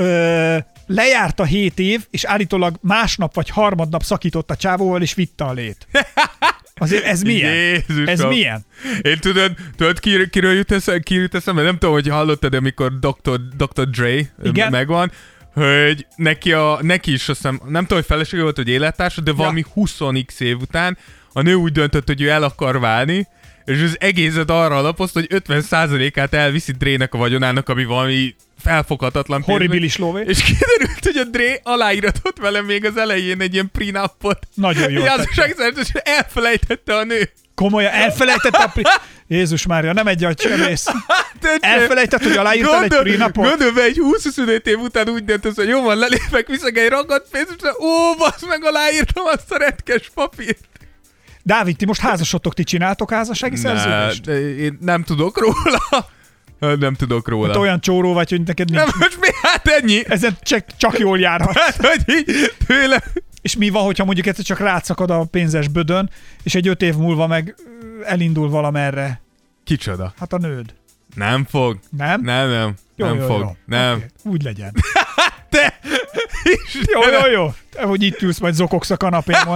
Lejárt a 7 év, és állítólag másnap vagy harmadnap szakított a csávóval, és vitte a lét. Azért ez milyen? Jézusom. Ez milyen? Én tudod kiről jut eszembe? Nem tudom, hogy hallottad, de amikor Dr. Dre megvan, hogy neki is azt hiszem, nem tudom, hogy felesége volt, hogy élettársa, de valami 20x év után a nő úgy döntött, hogy ő el akar válni, és az egészet arra alapozta, hogy 50%-át elviszi Dre-nek a vagyonának, ami valami felfoghatatlan horribilis lóvé. És kiderült, hogy a Dre aláíratott vele még az elején egy ilyen prenuppot. Nagyon jó. És elfelejtette a nő. Komolyan, elfelejtette a Jézus Mária, nem egy agysebész. Elfelejtett, hogy aláírtál egy prenupot? Gondolj be, egy 20-25 év után úgy döntesz, hogy jó van, lelépek, viszek egy ragadt pénzt, és bassz meg, aláírtam azt a retkes papírt. Dávid, ti most házasodtok, ti csináltok házassági szerződést? Én nem tudok róla. Nem tudok róla. Hát olyan csóró vagy, hogy neked nincs. Nem, most mi? Hát ennyi. Ezen csak jól járhat. Hát, hogy így tőle. És mi van, hogyha mondjuk egyszer csak rátszakad a pénzes bödön, és egy 5 év múlva meg elindul valamerre? Kicsoda? Hát a nőd. Nem fog. Nem? Nem fog. Jó. Nem. Okay. Úgy legyen. Te! Jó. Hogy itt ülsz, majd zokogsz a kanapémon.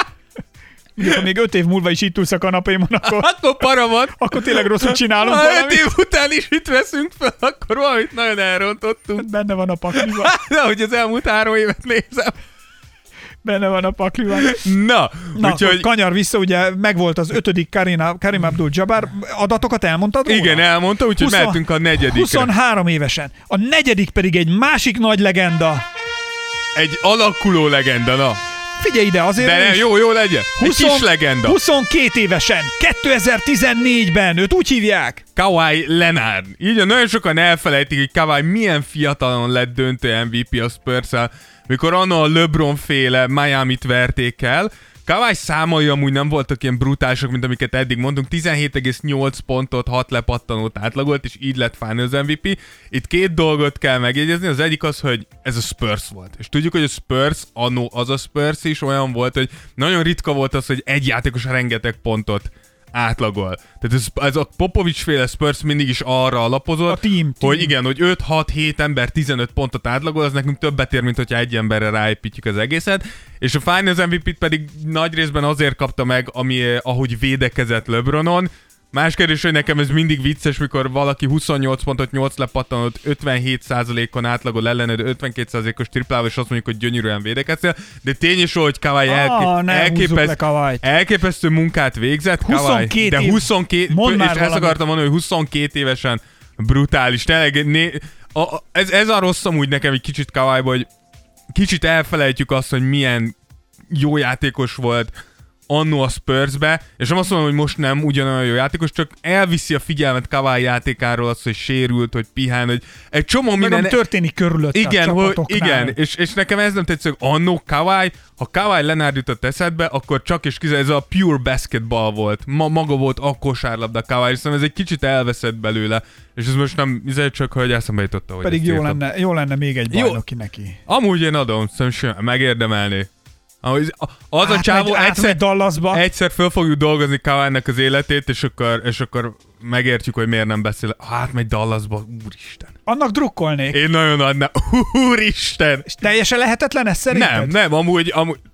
Ha még 5 év múlva is itt ülsz a kanapémon, akkor para van. Akkor tényleg rosszul csinálunk ha valamit. 5 év után is itt veszünk fel, akkor valamit nagyon elrontottunk. Benne van a pakliban. De hogy az elmúlt 3 évet nézem. Benne van a pakliban. Na úgyhogy... kanyar vissza, ugye megvolt az 5. Karim Abdul-Jabbar. Adatokat elmondtad róla? Igen, elmondta, úgyhogy mehetünk a 4. 23 évesen. A 4. pedig egy másik nagy legenda. Egy alakuló legenda, na. Figyelj ide, azért... De nem, jó legyen. Egy kis legenda. 22 évesen, 2014-ben, őt úgy hívják. Kawhi Leonard. Így nagyon sokan elfelejtik, hogy Kawhi milyen fiatalon lett döntő MVP a Spurs-el, mikor anno a LeBron-féle Miamit verték el. Kawhi számai amúgy nem voltak ilyen brutálisak, mint amiket eddig mondtunk. 17,8 pontot, 6 lepattanót átlagolt, és így lett Finals MVP. Itt 2 dolgot kell megjegyezni. Az egyik az, hogy ez a Spurs volt. És tudjuk, hogy a Spurs, anno az a Spurs is olyan volt, hogy nagyon ritka volt az, hogy egy játékos rengeteg pontot átlagol. Tehát ez a Popovics-féle Spurs mindig is arra alapozott, a team. Hogy igen, hogy 5-6-7 ember 15 pontot átlagol, az nekünk többet ér, mint hogyha egy emberre ráépítjük az egészet. És a Finals MVP-t pedig nagy részben azért kapta meg, ahogy védekezett LeBronon. Más kérdés, hogy nekem ez mindig vicces, mikor valaki 28 pontot, 8 lepattanott, 57%-on átlagol ellened, 52%-os triplával, és azt mondjuk, hogy gyönyörűen védekeztél. De tény is, hogy Kawhi elképesztő munkát végzett. 22 de 22, és ezt akartam mondani, hogy 22 évesen brutális. Tényleg, ez a rossz amúgy nekem egy kicsit Kawhiba, hogy kicsit elfelejtjük azt, hogy milyen jó játékos volt annó a Spursbe, és nem azt mondom, hogy most nem ugyanolyan jó játékos, csak elviszi a figyelmet Kawhi játékáról azt, hogy sérült, hogy pihen, hogy egy csomó minden... Nem történik körülött a csapatoknál. Igen, és nekem ez nem tetszik, hogy annó Kawhi, ha Kawhi Leonard jutott eszedbe, akkor csak és kizárólag ez a pure basketball volt. Maga volt a kosárlabda Kawhi, és ez egy kicsit elveszett belőle, és ez most nem, csak hogy eszembe jutott, hogy pedig jó lenne még egy bajnoki neki. Amúgy én adom, szerintem megérdemelné. Az a csávó egyszer föl fogjuk dolgozni Kawhi-nek az életét, és akkor megértjük, hogy miért nem beszél. Átmegy Dallasba, úristen. Annak drukkolnék. Én nagyon adnám, úristen. És teljesen lehetetlen ez szerinted? Nem, amúgy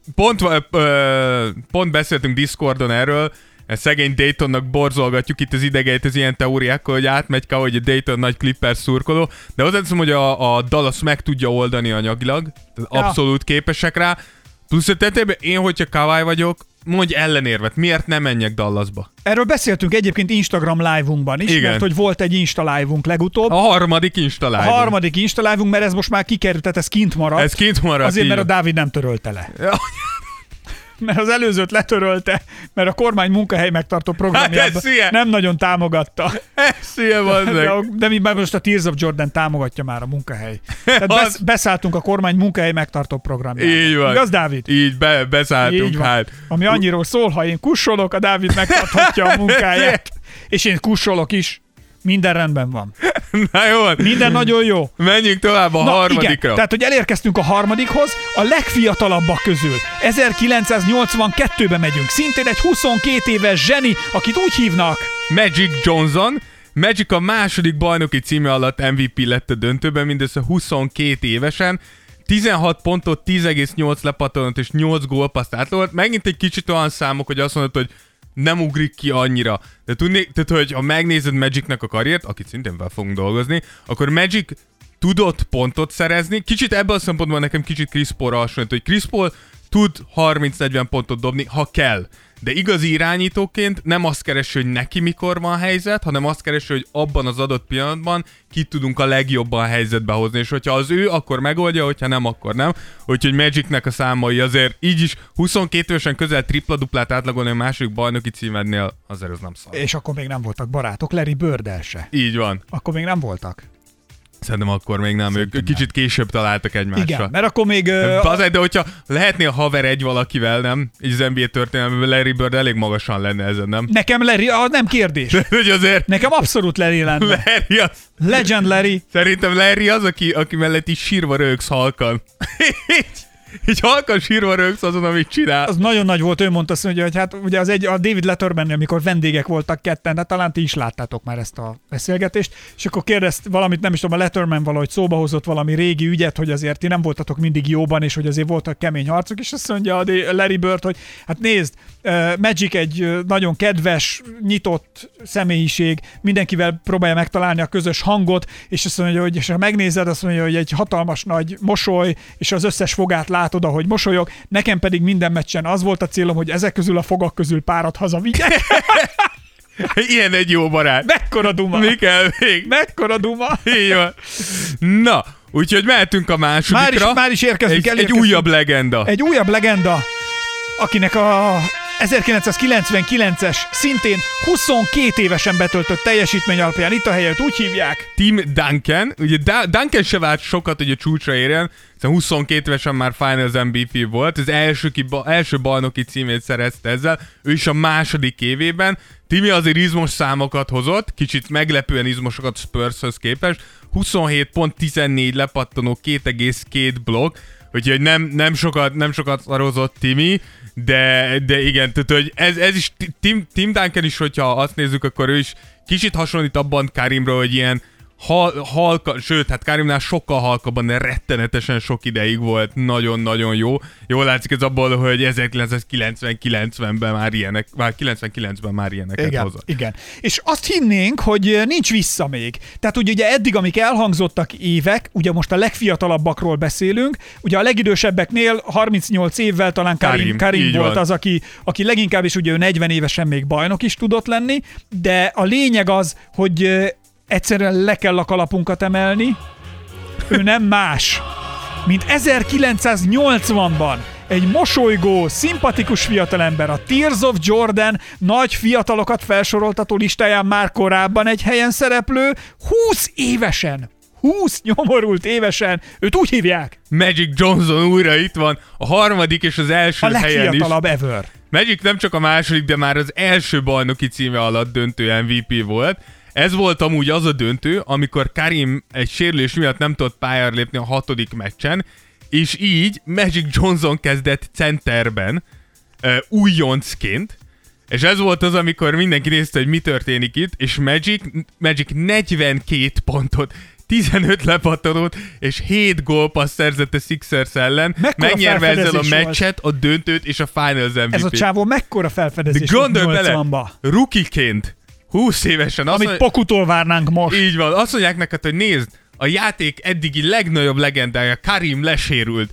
pont beszéltünk Discordon erről, szegény Daytonnak borzolgatjuk itt az idegeit az ilyen teóriákkal, hogy átmegy Kawhi, hogy a Dayton nagy Clippers szurkoló, de hozzáteszem, hogy a Dallas meg tudja oldani anyagilag, abszolút képesek rá. Plusz a tetejében én, hogyha Kawhi vagyok, mondj ellenérvet, miért nem menjek Dallasba? Erről beszéltünk egyébként Instagram live-unkban is, Igen. mert hogy volt egy Insta live-unk legutóbb. A harmadik Insta live. A harmadik Insta live-unk, mert ez most már kikerült, tehát ez kint maradt. Ez kint maradt. Azért, mert a így Dávid nem törölte le. Mert az előzőt letörölte, mert a kormány munkahely megtartó programjában Hát ez ilyen. nem nagyon támogatta. Szia, De mi már most a Tears of Jordan támogatja már a munkahely. Tehát Az- beszálltunk a kormány munkahely megtartó programjába. Így van. Igaz, Dávid? Így beszálltunk, Így van. hát. Ami annyiról szól, ha én kussolok, a Dávid megtarthatja a munkáját. És én kussolok is. Minden rendben van. Na jó, Minden nagyon jó. menjünk tovább a harmadikra. Igen. Tehát, hogy elérkeztünk a harmadikhoz, a legfiatalabbak közül. 1982-ben megyünk. Szintén egy 22 éves zseni, akit úgy hívnak. Magic Johnson. Magic a második bajnoki címe alatt MVP lett a döntőben, mindössze 22 évesen. 16 pontot, 10,8 lepattanott és 8 gólpasszt átlolt. Megint egy kicsit olyan számok, hogy azt mondod, hogy nem ugrik ki annyira. De tudni, tehát, hogy ha megnézed Magicnek a karriert, akit szintén fel fogunk dolgozni, akkor Magic tudott pontot szerezni. Kicsit ebből a szempontból nekem kicsit Chris Paulra hasonlít, hogy Chris Paul tud 30-40 pontot dobni, ha kell. De igazi irányítóként nem azt keresi, hogy neki mikor van helyzet, hanem azt keresi, hogy abban az adott pillanatban ki tudunk a legjobban helyzetbe hozni. És hogyha az ő, akkor megoldja, hogyha nem, akkor nem. Úgyhogy Magicnek a számai azért így is 22 évesen közel tripla-duplát átlagolni a második bajnoki címednél, azért ez nem szar. És akkor még nem voltak barátok, Larry Bird-el se. Így van. Akkor még nem voltak. Szerintem akkor még nem. Ők kicsit később találtak egymásra. Igen, mert akkor még... De hogyha lehetnél haver egy valakivel, nem? Így az NBA történelmében Larry Bird elég magasan lenne ezen, nem? Nekem Larry, nem kérdés. Hogy azért Nekem abszolút Larry lenne. Larry az... Legend Larry. Szerintem Larry az, aki mellett így sírva rögsz halkan. Így halkan sírva rögsz azon, amit csinál. Az nagyon nagy volt, ő mondta azt, hogy hát ugye az a David Lettermannél, amikor vendégek voltak ketten, de talán ti is láttátok már ezt a beszélgetést, és akkor kérdezt valamit, nem is tudom, a Letterman valahogy szóba hozott valami régi ügyet, hogy azért ti nem voltatok mindig jóban, és hogy azért voltak kemény harcok, és azt mondja a Larry Bird, hogy hát nézd, Magic egy nagyon kedves, nyitott személyiség, mindenkivel próbálja megtalálni a közös hangot, és azt mondja, hogy és ha megnézed, azt mondja, hogy egy hatalmas nagy mosoly, és az összes fogát látod, ahogy mosolyog, nekem pedig minden meccsen az volt a célom, hogy ezek közül a fogak közül párat hazavigyek. Ilyen egy jó barát. Mekkora duma! Mi kell még? Mekkora duma! Így van. Na, úgyhogy mehetünk a másodikra. Már is érkezünk. Egy újabb legenda. Egy újabb legenda, akinek a 1999-es, szintén 22 évesen betöltött teljesítmény alapján itt a helyet úgy hívják. Tim Duncan. Ugye Duncan se várt sokat, hogy a csúcsra érjen, hiszen 22 évesen már Finals MVP volt, az első bajnoki címét szerezte ezzel, ő is a második évében. Timi azért izmos számokat hozott, kicsit meglepően izmosokat Spurshöz képest, 27 pont, 14 lepattanó, 2,2 blokk, úgyhogy nem sokat szarozott Timi, de igen, tehát hogy ez is, Tim Duncan is, hogyha azt nézzük, akkor ő is kicsit hasonlít abban Karimra, hogy ilyen halka, sőt, hát Karimnál sokkal halkabban, de rettenetesen sok ideig volt, nagyon-nagyon jó. Jól látszik ez abból, hogy 1999-ben már ilyeneket hozott. Igen. És azt hinnénk, hogy nincs vissza még. Tehát ugye eddig, amik elhangzottak évek, ugye most a legfiatalabbakról beszélünk, ugye a legidősebbeknél 38 évvel talán Karim volt van. az, aki leginkább is ugye ő 40 évesen még bajnok is tudott lenni, de a lényeg az, hogy egyszerűen le kell a kalapunkat emelni. Ő nem más, mint 1980-ban egy mosolygó, szimpatikus fiatalember a Tears of Jordan nagy fiatalokat felsoroltató listáján már korábban egy helyen szereplő, 20 évesen. 20 nyomorult évesen, őt úgy hívják. Magic Johnson újra itt van, a harmadik és az első A helyen is. legfiatalabb ever. Magic nem csak a második, de már az első bajnoki címe alatt döntő MVP volt. Ez volt amúgy az a döntő, amikor Karim egy sérülés miatt nem tudott pályára lépni a 6. meccsen, és így Magic Johnson kezdett centerben, újoncként, és ez volt az, amikor mindenki nézte, hogy mi történik itt, és Magic 42 pontot, 15 lepattanót és 7 gólpassz szerzett a Sixers ellen, megnyerve ezzel a meccset, a döntőt és a Finals MVP. Ez a csávó mekkora felfedezés de volt gondolj bele, 80-ba. rookie-ként 20 évesen. Amit Pokutól várnánk most. Így van. Azt mondják neked, hogy nézd, a játék eddigi legnagyobb legendája, Karim lesérült.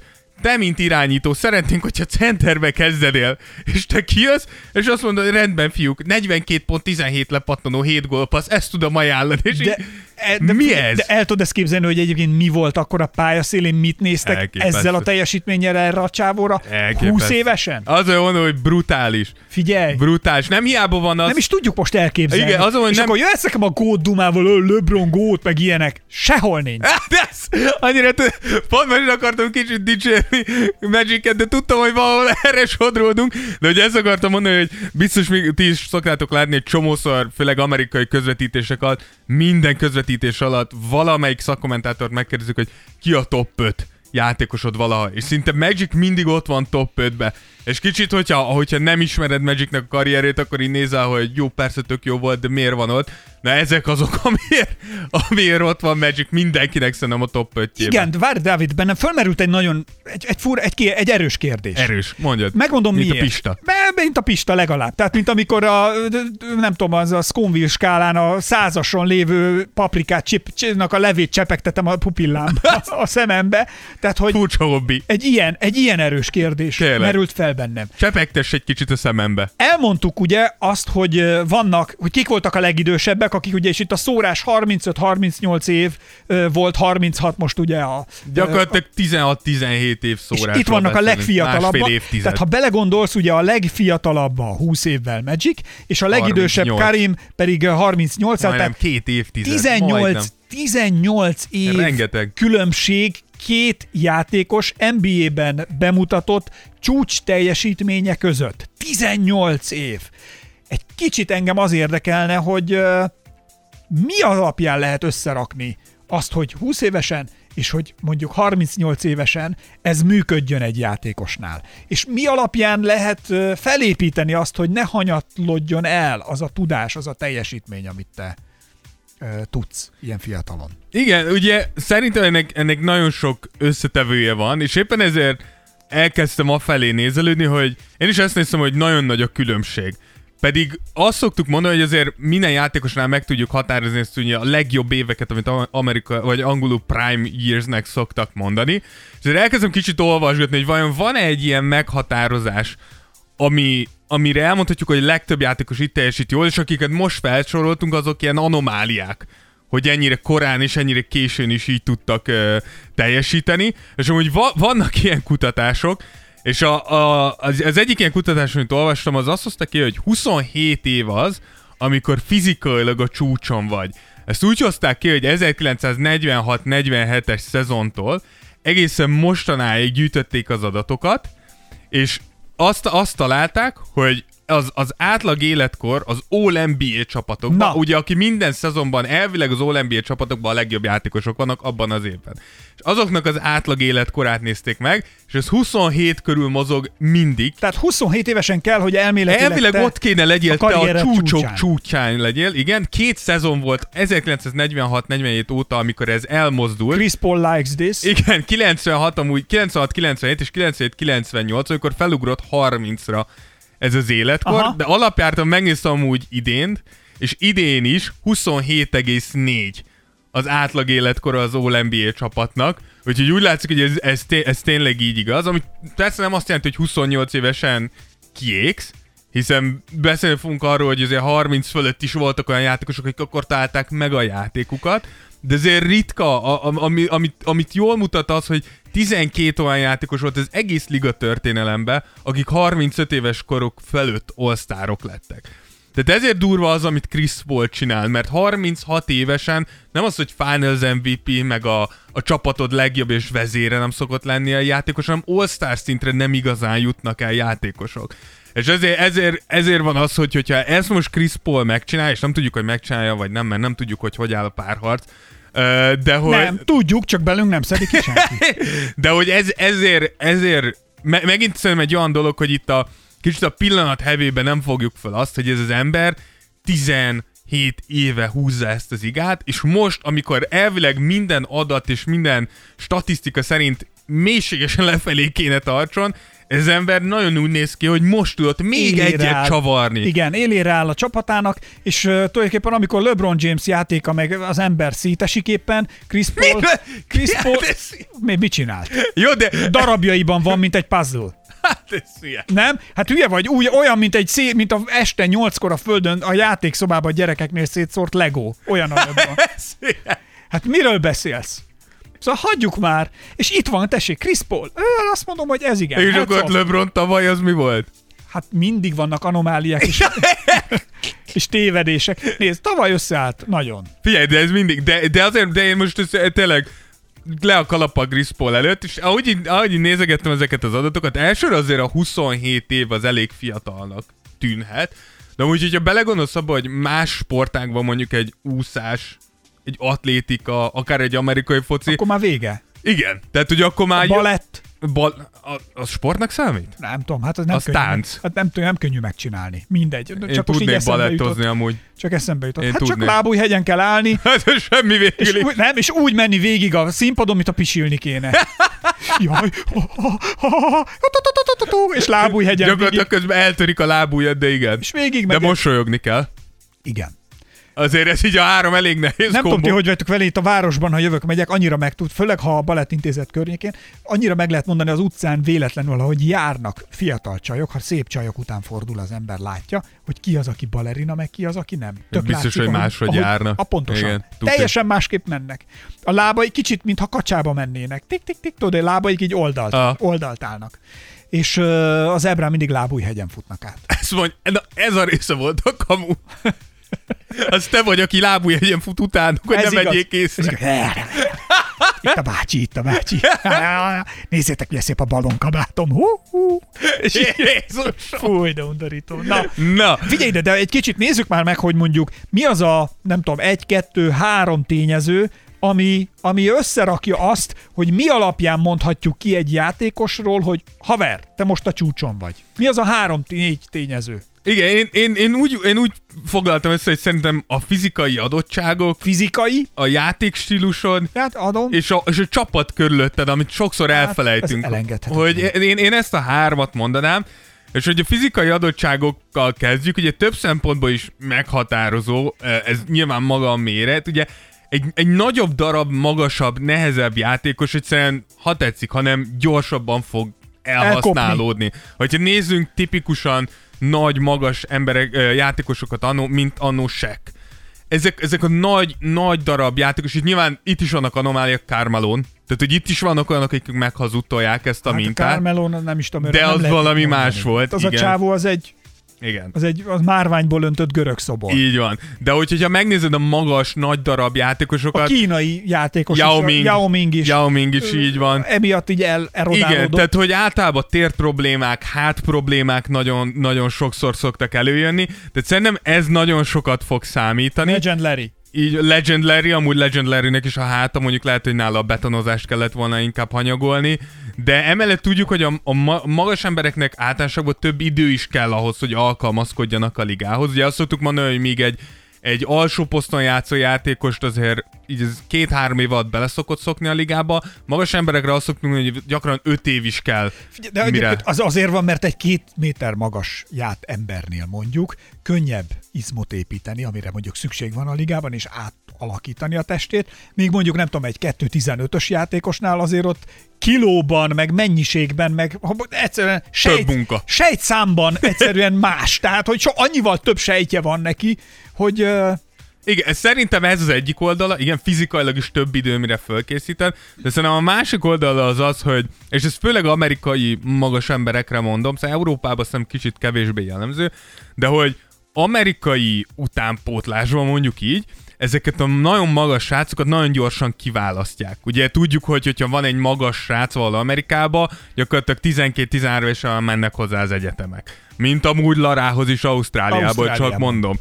te, mint irányító, szeretnénk, hogyha centerbe kezdedél, és te kijössz, és azt mondod, hogy rendben, fiúk, 42 pont, 17 lepattanó, 7 gólpassz, ezt tudom ajánlani. És mi ez? De el tudod ezt képzelni, hogy egyébként mi volt akkor a pályaszélén, mit néztek Elképesztő. ezzel a teljesítménnyel erre a csávóra? 20 évesen? Az olyan mondom, hogy brutális. Figyelj! Brutális. Nem hiába van az... Nem is tudjuk most elképzelni. Igen, azon, hogy és nem... akkor jössz nekem a gót dumával, LeBron gót, meg ilyenek. Sehol nincs. De ez annyira, pont most akartam kicsit dicsérni Magic-et, de tudtam, hogy valahol erre sodródunk, de hogy ezt akartam mondani, hogy biztos még ti is szoktátok látni egy csomószor, főleg amerikai közvetítések alatt, minden közvetítés alatt valamelyik szakkommentátort megkérdezik, hogy ki a top 5 játékosod valaha, és szinte Magic mindig ott van top 5-be. És kicsit, hogyha nem ismered Magicnek a karrierét, akkor így nézel, hogy jó, persze tök jó volt, de miért van ott? Na ezek azok, amiért ott van Magic mindenkinek szerintem a top 5-jében. Igen, de várj, Dávid, bennem fölmerült egy nagyon, egy erős kérdés. Erős, mondjad. Megmondom mint miért. A Pista. Mint a Pista legalább. Tehát, mint amikor nem tudom, az a Scoville skálán a 100-ason lévő paprikát a levét csepegtetem a pupillámba, a szemembe. Tehát, hogy furcsa hobbi. Egy ilyen erős kérdés merült fel bennem. Csepegtess egy kicsit a szemembe. Elmondtuk ugye azt, hogy vannak, hogy kik voltak a legidősebbek, akik ugye, és itt a szórás 35-38 év volt, 36 most ugye a... Gyakorlatilag 16-17 év szórás. És itt vannak a legfiatalabbak. Évtized. Tehát ha belegondolsz, ugye a legfiatalabb a 20 évvel Magic, és a legidősebb 38. Karim pedig 38, tehát 2 évtized. 18 év rengeteg különbség két játékos NBA-ben bemutatott csúcs teljesítménye között. 18 év. Egy kicsit engem az érdekelne, hogy mi alapján lehet összerakni azt, hogy 20 évesen és hogy mondjuk 38 évesen ez működjön egy játékosnál. És mi alapján lehet felépíteni azt, hogy ne hanyatlodjon el az a tudás, az a teljesítmény, amit te tudsz ilyen fiatalon. Igen, ugye szerintem ennek nagyon sok összetevője van, és éppen ezért elkezdtem afelé nézelődni, hogy én is ezt néztem, hogy nagyon nagy a különbség. Pedig azt szoktuk mondani, hogy azért minden játékosnál meg tudjuk határozni ezt ugye a legjobb éveket, amit Amerika vagy angolul prime yearsnek szoktak mondani. És azért elkezdem kicsit olvasgatni, hogy vajon van-e egy ilyen meghatározás, amire elmondhatjuk, hogy a legtöbb játékos itt teljesít jól, és akiket most felsoroltunk, azok ilyen anomáliák, hogy ennyire korán és ennyire későn is így tudtak teljesíteni. És amúgy vannak ilyen kutatások, és az egyik ilyen kutatás, amit olvastam, az azt hozta ki, hogy 27 év az, amikor fizikailag a csúcson vagy. Ezt úgy hozták ki, hogy 1946-47-es szezontól egészen mostanáig gyűjtötték az adatokat, és azt találták, hogy az átlag életkor az All-NBA csapatokban, ugye aki minden szezonban elvileg az All-NBA csapatokban a legjobb játékosok vannak abban az évben. És azoknak az átlag életkorát nézték meg, és ez 27 körül mozog mindig. Tehát 27 évesen kell, hogy elvileg ott kéne legyél, te a csúcsok csúcsán legyél. Igen, 2 szezon volt 1946-47 óta, amikor ez elmozdult. Chris Paul likes this. Igen, 96-97 és 97-98, amikor felugrott 30-ra ez az életkor, aha, de alapjártan megnéztem amúgy idént, és idén is 27,4 az átlag életkora az All-NBA csapatnak, úgyhogy úgy látszik, hogy ez tényleg így igaz, ami persze nem azt jelenti, hogy 28 évesen kiégsz, hiszen beszélni fogunk arról, hogy azért 30 fölött is voltak olyan játékosok, akik akkor találták meg a játékukat, de azért ritka, amit jól mutat az, hogy 12 olyan játékos volt az egész liga történelemben, akik 35 éves korok fölött all-sztárok lettek. Tehát ezért durva az, amit Chris Paul csinál, mert 36 évesen nem az, hogy Finals MVP, meg a csapatod legjobb és vezére nem szokott lenni a játékos, hanem all-star szintre nem igazán jutnak el játékosok. És ezért van az, hogyha ezt most Chris Paul megcsinál, és nem tudjuk, hogy megcsinálja, vagy nem, mert nem tudjuk, hogy áll a párharc, de hogy... Nem, tudjuk, csak belünk nem szedik ki senki. De hogy ezért megint szerintem egy olyan dolog, hogy itt kicsit a pillanat hevében nem fogjuk fel azt, hogy ez az ember 17 éve húzza ezt az igát, és most, amikor elvileg minden adat és minden statisztika szerint mélységesen lefelé kéne tartson, ez ember nagyon úgy néz ki, hogy most tudott még egyet csavarni. Igen, élére áll a csapatának, és tulajdonképpen amikor LeBron James játéka meg az ember szétesik éppen, Chris Paul mit csinált? Jó, de... Darabjaiban van, mint egy puzzle. Hát ez hülye. Nem? Hát hülye vagy, olyan, mint a este 8-kor a földön a játékszobában a gyerekeknél szétszórt Lego. Olyan a LeBron. Hát miről beszélsz? Szóval hagyjuk már. És itt van, tessék, Chris Paul. Azt mondom, hogy ez igen. És akkor LeBron tavaly az mi volt? Hát mindig vannak anomáliák és tévedések. Nézd, tavaly összeállt nagyon. Figyelj, de ez mindig, de én most tényleg le a kalappal Chris Paul előtt, és ahogy nézegettem ezeket az adatokat, elsőre azért a 27 év az elég fiatalnak tűnhet, de úgy, hogyha belegondolsz abba, hogy más sportágban mondjuk egy úszás, egy atlétika, akár egy amerikai foci. Akkor már vége. Igen, tehát hogy akkor már... A balett. Az sportnak számít? Nem tudom, hát az nem az könnyű. Tánc. Hát nem könnyű megcsinálni. Mindegy. Én csak tudnék balettozni amúgy. Csak eszembe jutott. Én hát tudnék. Csak lábújhegyen kell állni. Hát semmi végül. És úgy menni végig a színpadon, mint a pisilni kéne. Jaj. És lábújhegyen gyakorlatilag közben eltörik a lábújad, de igen. És végig de mosolyogni kell. Igen. Azért ez így a 3 elég nehéz Nem tudom ti, hogy vagytok vele itt a városban, ha jövök, megyek, annyira meg tud, főleg ha a Balettintézet környékén, annyira meg lehet mondani az utcán véletlenül, ahogy járnak fiatal csajok, ha szép csajok után fordul az ember, látja, hogy ki az, aki balerina, meg ki az, aki nem. Tök biztos, látszik, hogy máshogy járna. Pontosan. Igen, teljesen másképp mennek. A lábai kicsit, mintha kacsába mennének. Tik-tik-tik, tudod, a lábaik így oldalt állnak. És az ebrán mindig lábújhegyen futnak át. Ez a része volt a kamu. Az te vagy, aki lábújhegyen fut utánuk, hogy nem vegyék észre. Itt a bácsi. Nézzétek, milyen szép a balonkabátom. Fúj, de undorító. Na. Figyelj ide, de egy kicsit nézzük már meg, hogy mondjuk mi az a, nem tudom, 1, 2, 3 tényező, ami összerakja azt, hogy mi alapján mondhatjuk ki egy játékosról, hogy haver, te most a csúcson vagy. Mi az a 3-4 tényező? Igen, én úgy foglaltam össze, hogy szerintem a fizikai adottságok, a játékstílusod, és a csapat körülötted, amit sokszor elfelejtünk. Hogy én ezt a 3-at mondanám, és hogy a fizikai adottságokkal kezdjük, ugye több szempontból is meghatározó, ez nyilván maga a méret, ugye egy nagyobb darab, magasabb, nehezebb játékos egyszerűen, ha tetszik, hanem gyorsabban fog elhasználódni. Hogyha nézzünk tipikusan nagy, magas emberek, játékosokat, mint annó Shaq. Ezek a nagy darab játékosok, nyilván itt is vannak anomáliák, Carmelon, tehát hogy itt is vannak olyanok, akik meghazudtolják ezt a mintát. Carmelon nem is tudom, de az valami más volt. Az igen. A csávó az egy... Igen. Az márványból öntött görög szobor. Így van. De hogyha megnézed a magas, nagy darab játékosokat... A kínai játékos Yao Ming is így van. Emiatt így erodálódott. Igen, tehát hogy általában tért problémák, hát problémák nagyon, nagyon sokszor szoktak előjönni, de szerintem ez nagyon sokat fog számítani. Legend Larry. Így Legend Larry, amúgy Legend Larrynek is a háta, mondjuk lehet, hogy nála a betonozást kellett volna inkább hanyagolni, de emellett tudjuk, hogy a magas embereknek általánosságban több idő is kell ahhoz, hogy alkalmazkodjanak a ligához. Ugye azt szoktuk mondani, hogy még egy alsó poszton játszó játékost azért így 2-3 év alatt bele szokott szokni a ligába. Magas emberekre azt szoktunk mondani, hogy gyakran 5 év is kell. De mire... az azért van, mert egy 2 méter magas embernél mondjuk könnyebb izmot építeni, amire mondjuk szükség van a ligában, és átalakítani a testét. Még mondjuk nem tudom, egy 2.15-ös játékosnál azért ott kilóban, meg mennyiségben, meg egyszerűen sejtszámban egyszerűen más. Tehát, hogy annyival több sejtje van neki, hogy... Igen, szerintem ez az egyik oldala, igen, fizikailag is több idő, mire fölkészíted, de szerintem a másik oldala az, hogy, és ez főleg amerikai magas emberekre mondom, szóval Európában szerintem kicsit kevésbé jellemző, de hogy amerikai utánpótlásban mondjuk így, ezeket a nagyon magas srácokat nagyon gyorsan kiválasztják. Ugye tudjuk, hogy hogyha van egy magas srác valahol Amerikába, gyakorlatilag 12-13 évesen mennek hozzá az egyetemek. Mint amúgy Larához is Ausztráliából, csak mondom.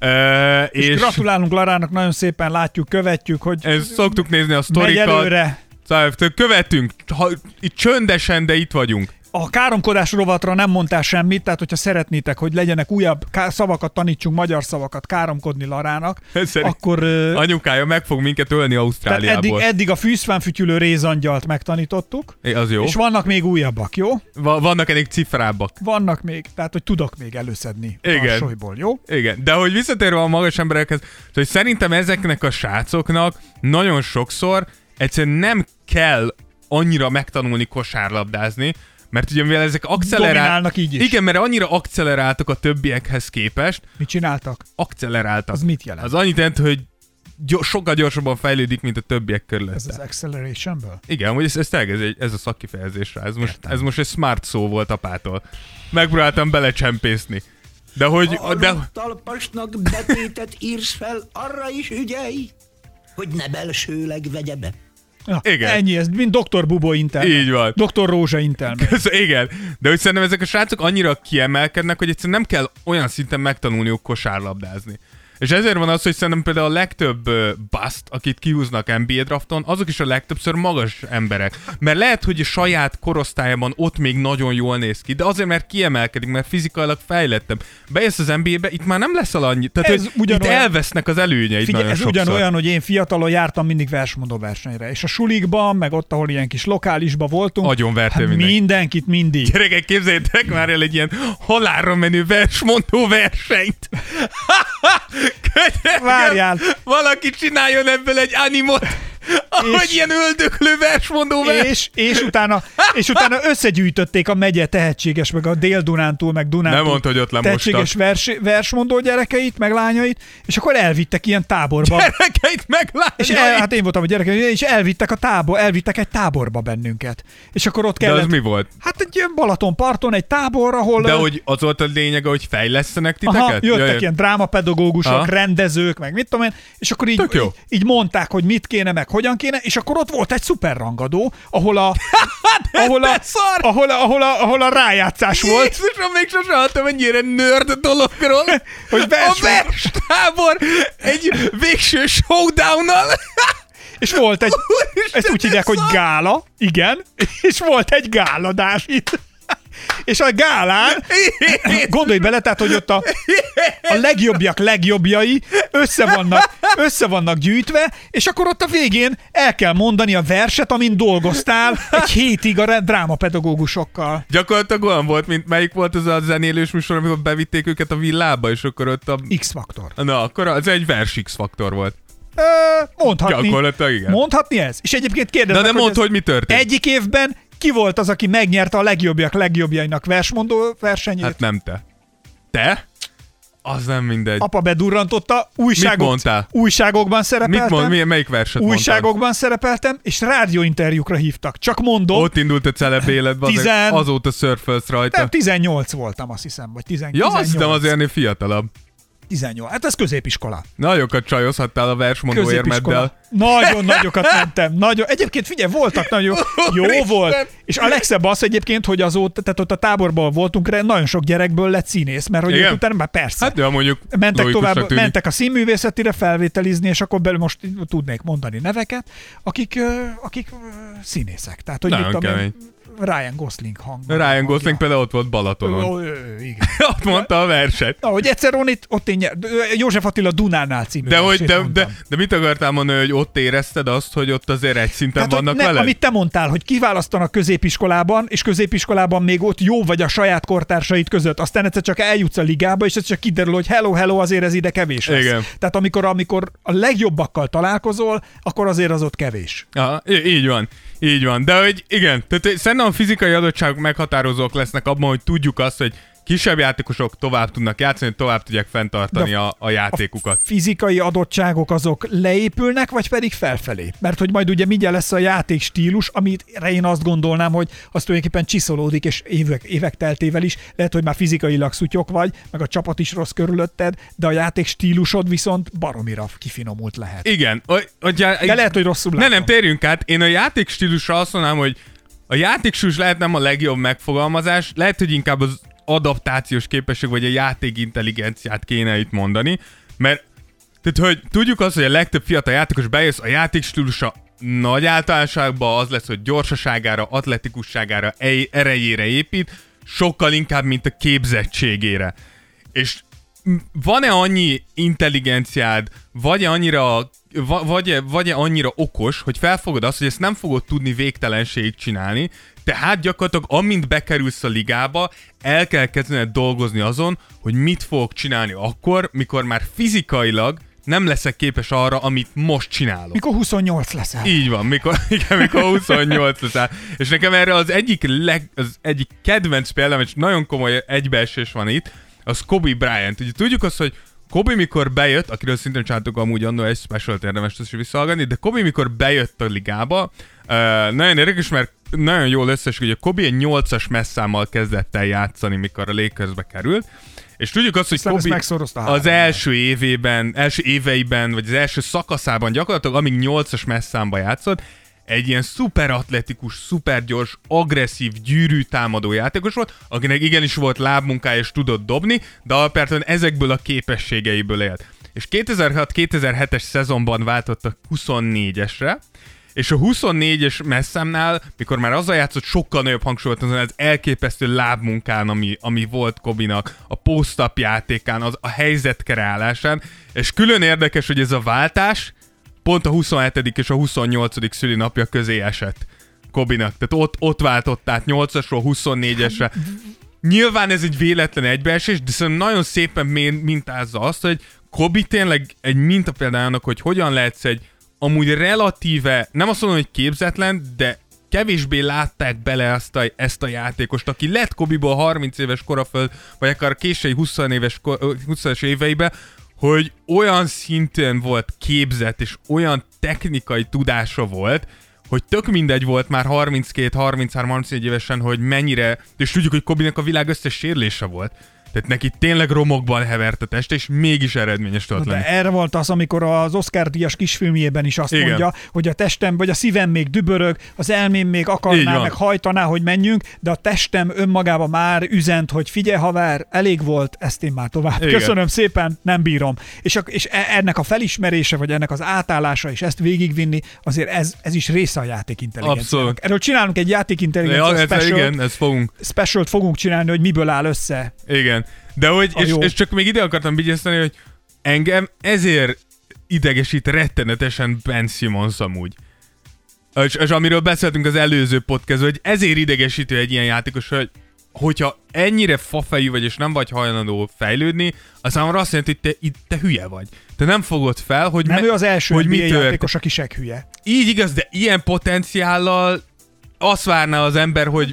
És gratulálunk Larának, nagyon szépen látjuk, követjük, hogy szoktuk nézni a sztorikat. Szóval követünk, itt csöndesen, de itt vagyunk. A káromkodás rovatra nem mondtál semmit, tehát hogyha szeretnétek, hogy legyenek újabb szavakat, tanítsunk magyar szavakat káromkodni Larának, akkor... Anyukája meg fog minket ölni Ausztráliából. Eddig a fűszfánfütyülő rézangyalt megtanítottuk, az jó. És vannak még újabbak, jó? Vannak elég cifrábbak. Vannak még, tehát hogy tudok még előszedni tarsolyból, jó? Igen, de hogy visszatérve a magas emberekhez, hogy szerintem ezeknek a srácoknak nagyon sokszor egyszerűen nem kell annyira megtanulni kosárlabdázni, mert ugye mivel ezek dominálnak így is. Igen, mert annyira akceleráltak a többiekhez képest. Mit csináltak? Akceleráltak. Az mit jelent? Az annyit jelent, hogy sokkal gyorsabban fejlődik, mint a többiek körülötte. Ez az accelerationből? Igen, hogy ez a szakkifejezés rá. Ez most egy smart szó volt apától. Megpróbáltam belecsempészni. De hogy... talpasnak betétet írsz fel, arra is ügyelj, hogy ne belsőleg vegye be. Ja, igen. Ennyi, ez mind Dr. Bubó Intel. Így van. Dr. Rózsa Intel. Igen, de hogy szerintem ezek a srácok annyira kiemelkednek, hogy egyszerűen nem kell olyan szinten megtanulniuk kosárlabdázni. És ezért van az, hogy szerintem például a legtöbb bust, akit kihúznak NBA drafton, azok is a legtöbbször magas emberek. Mert lehet, hogy a saját korosztályában ott még nagyon jól néz ki, de azért, mert kiemelkedik, mert fizikailag fejlettebb. Bejössz az NBA-be, itt már nem leszel annyi. Tehát, itt elvesznek az előnyeid. Figyelj, ez sokszor. ugyanolyan, hogy én fiatalon jártam mindig versmondó versenyre. És a sulikban, meg ott, ahol ilyen kis lokálisban voltunk, agyonvertél mindenkit mindig. Gyerekek, képzeljétek már el egy ilyen halálra menő versmondó versenyt. Várjál! Valaki csináljon ebből egy animot, ahogy ilyen öldöklő versmondó és utána összegyűjtötték a megye tehetséges, meg a Dél-Dunántúl, meg Dunántúl nem mondta, hogy ott tehetséges versmondó gyerekeit, meg lányait, és akkor elvittek ilyen táborba. Gyerekeit, meg lányait! És hát én voltam a gyerekei, és elvittek egy táborba bennünket. És akkor ott kellett... De az mi volt? Hát egy ilyen Balatonparton, egy tábor, ahol... De hogy az volt a lényege, hogy fejlesztenek titeket? Aha, jöttek ilyen drámapedagógusok, rendezők, meg mit tudom én, és akkor így mondták, hogy mit kéne, meg hogyan kéne, és akkor ott volt egy szuperrangadó, ahol a rájátszás volt. Jézusom, még sosem hallottam ennyire nerd dologról. Hogy a verstábor egy végső showdown-nal. És volt egy, ezt úgy hívják, hogy gála, igen, és volt egy gála, Dávid. És a gálán, gondolj bele, tehát, hogy ott a legjobbjak legjobbjai össze vannak gyűjtve, és akkor ott a végén el kell mondani a verset, amin dolgoztál egy hétig a drámapedagógusokkal. Gyakorlatilag olyan volt, mint melyik volt az a zenélős műsor, amikor bevitték őket a villába, és akkor ott a... X-faktor. Na, akkor az egy vers X-faktor volt. Mondhatni. Gyakorlatilag igen. Mondhatni ez? És egyébként kérdeznek, de mondd, hogy mi történt. Egyik évben ki volt az, aki megnyerte a legjobbjak legjobbjainak versmondó versenyét? Hát nem te. Te? Az nem mindegy. Apa bedurrantotta, újságokban szerepeltem. Melyik verset újságokban mondtad? Szerepeltem, és rádióinterjúkra hívtak. Csak mondom. Ott indult a celeb életben, azóta szörfölsz rajta. Nem, 18 voltam, azt hiszem, vagy 19. Ja, azt hiszem azért ennél fiatalabb. 18. Hát ez középiskola. Nagyokat csajozhattál a versmondó érmeddel. Nagyon nagyokat mentem. Egyébként figyelj, voltak nagyon jó volt. És a legszebb az egyébként, hogy azóta, tehát ott a táborban voltunk, nagyon sok gyerekből lett színész, mert hogy utána már persze. Hát de mondjuk mentek a színművészetire felvételizni, és akkor belül most tudnék mondani neveket, akik színészek. Tehát, hogy nagyon kemény. Ryan Gosling Ryan Gosling például ott volt Balatonon. Igen. Ott mondta a verset. Hogy egyszer ott én József Attila Dunánál című de mit akartál mondani, hogy ott érezted azt, hogy ott azért egy szinten vannak veled? Amit te mondtál, hogy kiválasztanak középiskolában, és középiskolában még ott jó vagy a saját kortársait között, aztán egyszer csak eljutsz a ligába, és ez csak kiderül, hogy hello, azért ez ide kevés lesz. Igen. Tehát amikor a legjobbakkal találkozol, akkor azért az ott kevés. Aha, így van. De hogy igen, tehát szerintem a fizikai adottságok meghatározók lesznek abban, hogy tudjuk azt, hogy kisebb játékosok tovább tudnak játszani, tovább tudják fenntartani a játékukat. A fizikai adottságok azok leépülnek, vagy pedig felfelé? Mert hogy majd ugye mindjárt lesz a játékstílus, amit én azt gondolnám, hogy az tulajdonképpen csiszolódik, és évek teltével is. Lehet, hogy már fizikailag szutyok vagy, meg a csapat is rossz körülötted, de a játékstílusod viszont baromira kifinomult lehet. Igen. De lehet, hogy rosszul látom. Nem, térjünk át. Én a játékstílusra azt mondanám, hogy a játékstílus lehet nem a legjobb megfogalmazás, lehet, hogy inkább az adaptációs képesség, vagy a játék intelligenciát kéne itt mondani, mert tehát, hogy tudjuk azt, hogy a legtöbb fiatal játékos bejössz, a játékstílusa nagy általánosságban az lesz, hogy gyorsaságára, atletikusságára, erejére épít, sokkal inkább, mint a képzettségére. És van-e annyi intelligenciád, vagy-e annyira okos, hogy felfogod azt, hogy ezt nem fogod tudni végtelenségig csinálni, tehát gyakorlatilag amint bekerülsz a ligába, el kell kezdened dolgozni azon, hogy mit fogok csinálni akkor, mikor már fizikailag nem leszek képes arra, amit most csinálok. Mikor 28 leszel. Így van, mikor 28 leszel. És nekem erre az egyik kedvenc példám, és nagyon komoly egybeesés van itt, az Kobe Bryant. Ugye tudjuk azt, hogy Kobe mikor bejött, akiről szintén csináltuk amúgy annól egy specialt érdemes is visszahallgatni, de Kobe mikor bejött a ligába, nagyon érdekes, mert nagyon jól összesül, hogy a Kobe egy 8-as messzámmal kezdett el játszani, mikor a Lakersbe került, és tudjuk azt, hogy Kobe az első éveiben, vagy az első szakaszában gyakorlatilag, amíg 8-as messzámba játszott, egy ilyen szuper atletikus, szuper gyors, agresszív, gyűrű támadó játékos volt, akinek igenis volt lábmunkája és tudott dobni, de alapvetően ezekből a képességeiből élt. És 2006-2007-es szezonban váltott a 24-esre, és a 24-es messzámnál, mikor már azzal játszott, sokkal nagyobb hangsúly volt azon az elképesztő lábmunkán, ami volt Kobinak, a post-up játékán, a helyzetkreálásán, és külön érdekes, hogy ez a váltás pont a 27. és a 28. szülinapja közé esett Kobinak. Tehát ott váltott át 8-asról 24-esre. Nyilván ez egy véletlen egybeesés, de szerintem nagyon szépen mintázza azt, hogy Kobe tényleg egy mintapéldája annak, hogy hogyan lehetsz egy amúgy relatíve, nem azt mondom, hogy képzetlen, de kevésbé látták bele ezt a játékost, aki lett Kobe-ból 30 éves kora föl, vagy akár késői 20-es éveiben, hogy olyan szinten volt képzett, és olyan technikai tudása volt, hogy tök mindegy volt már 32-33-34 évesen, hogy mennyire, és tudjuk, hogy Kobe-nek a világ összes sérülése volt. Tehát neki tényleg romokban hevert a teste, és mégis eredményes tudott lenni. De erre volt az, amikor az Oscar-díjas kisfilmjében is azt mondja, hogy a testem, vagy a szívem még dübörög, az elmém még akarná, meg hajtaná, hogy menjünk, de a testem önmagában már üzent, hogy figyelj haver, elég volt, ezt én már tovább. Igen. Köszönöm szépen, nem bírom. És ennek a felismerése, vagy ennek az átállása, és ezt végigvinni, azért ez is része a játékintelligenciának. Erről csinálunk egy játékintelligencia specialt fogunk csinálni, hogy miből áll össze. Igen. De hogy, és csak még ide akartam vigyáztani, hogy engem ezért idegesít rettenetesen Ben Simmons amúgy. És amiről beszéltünk az előző podcastban, hogy ezért idegesítő egy ilyen játékos, hogyha ennyire fafejű vagy, és nem vagy hajlandó fejlődni, az számomra azt jelenti, hogy te hülye vagy. Te nem fogod fel, hogy ő az első hogy NBA játékos, aki hülye. Így igaz, de ilyen potenciállal azt várná az ember, hogy...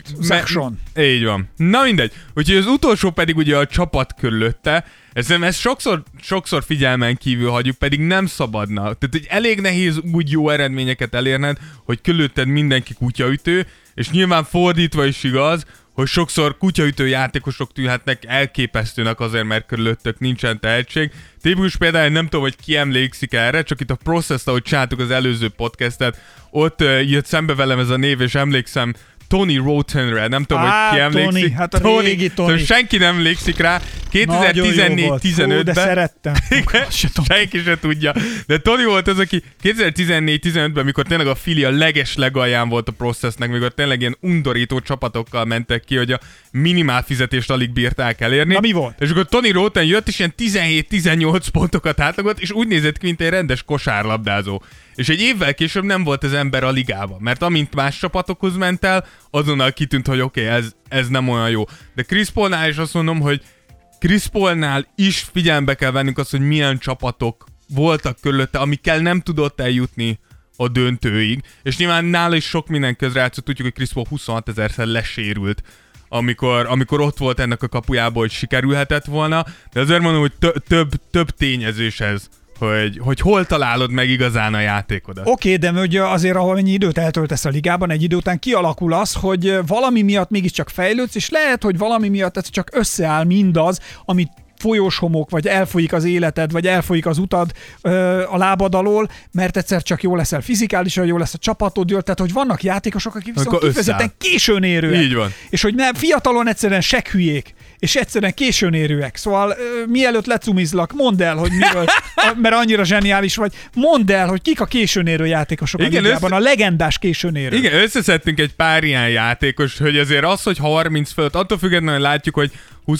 Így van. Na mindegy. Úgyhogy az utolsó pedig ugye a csapat körülötte. Ezt sokszor figyelmen kívül hagyjuk, pedig nem szabadna. Tehát hogy elég nehéz úgy jó eredményeket elérned, hogy körülötted mindenki kutyaütő, és nyilván fordítva is igaz, hogy sokszor kutyaütő játékosok tűnhetnek elképesztőnek azért, mert körülöttök nincsen tehetség. Tipikus például, nem tudom, hogy ki emlékszik erre, csak itt a Process-t, ahogy csináltuk az előző podcastet, ott jött szembe velem ez a név, és emlékszem Tony Rotenre, nem tudom, hogy ki emlékszik. Tony, hát a régi Tony. Szóval senki nem emlékszik rá. 2014-15-ben. De szerettem. Senki se tudja. De Tony volt az, aki 2014-15-ben, mikor tényleg a Philly a legalján volt a Processnek, mikor tényleg ilyen undorító csapatokkal mentek ki, hogy a minimál fizetést alig bírták elérni. Na mi volt? És akkor Tony Roten jött, és ilyen 17-18 pontokat átlagolt, és úgy nézett ki, mint egy rendes kosárlabdázó. És egy évvel később nem volt az ember a ligában, mert amint más csapatokhoz ment el, azonnal kitűnt, hogy oké, ez nem olyan jó. De Chris Paulnál is azt mondom, hogy Chris Paulnál is figyelembe kell vennünk azt, hogy milyen csapatok voltak körülötte, amikkel nem tudott eljutni a döntőig. És nyilván nála is sok minden közrejátszott, tudjuk, hogy Chris Paul 26 000-szer lesérült, amikor ott volt ennek a kapujából, hogy sikerülhetett volna. De azért mondom, hogy több tényezős ez. Hogy hol találod meg igazán a játékodat. Oké, de ugye azért, ahol ennyi időt eltöltesz a ligában, egy idő után kialakul az, hogy valami miatt mégiscsak fejlődsz, és lehet, hogy valami miatt ez csak összeáll mindaz, amit folyós homok, vagy elfolyik az életed, vagy elfolyik az utad a lábad alól, mert egyszer csak jó leszel fizikálisan, jó lesz a csapatod, jól, tehát hogy vannak játékosok, akik viszont kifejezetten későn érőek. Így van. És hogy nem, fiatalon egyszerűen seghülyék, és egyszerűen későn érőek. Szóval mielőtt lecumizlak, mondd el, hogy miről, mert annyira zseniális vagy, mondd el, hogy kik a későn érő játékosok a ligában, a legendás későn érő. Igen, összeszedtünk egy pár ilyen játékos, hogy azért az, hogy 30 fölött, attól függetlenül látjuk, hogy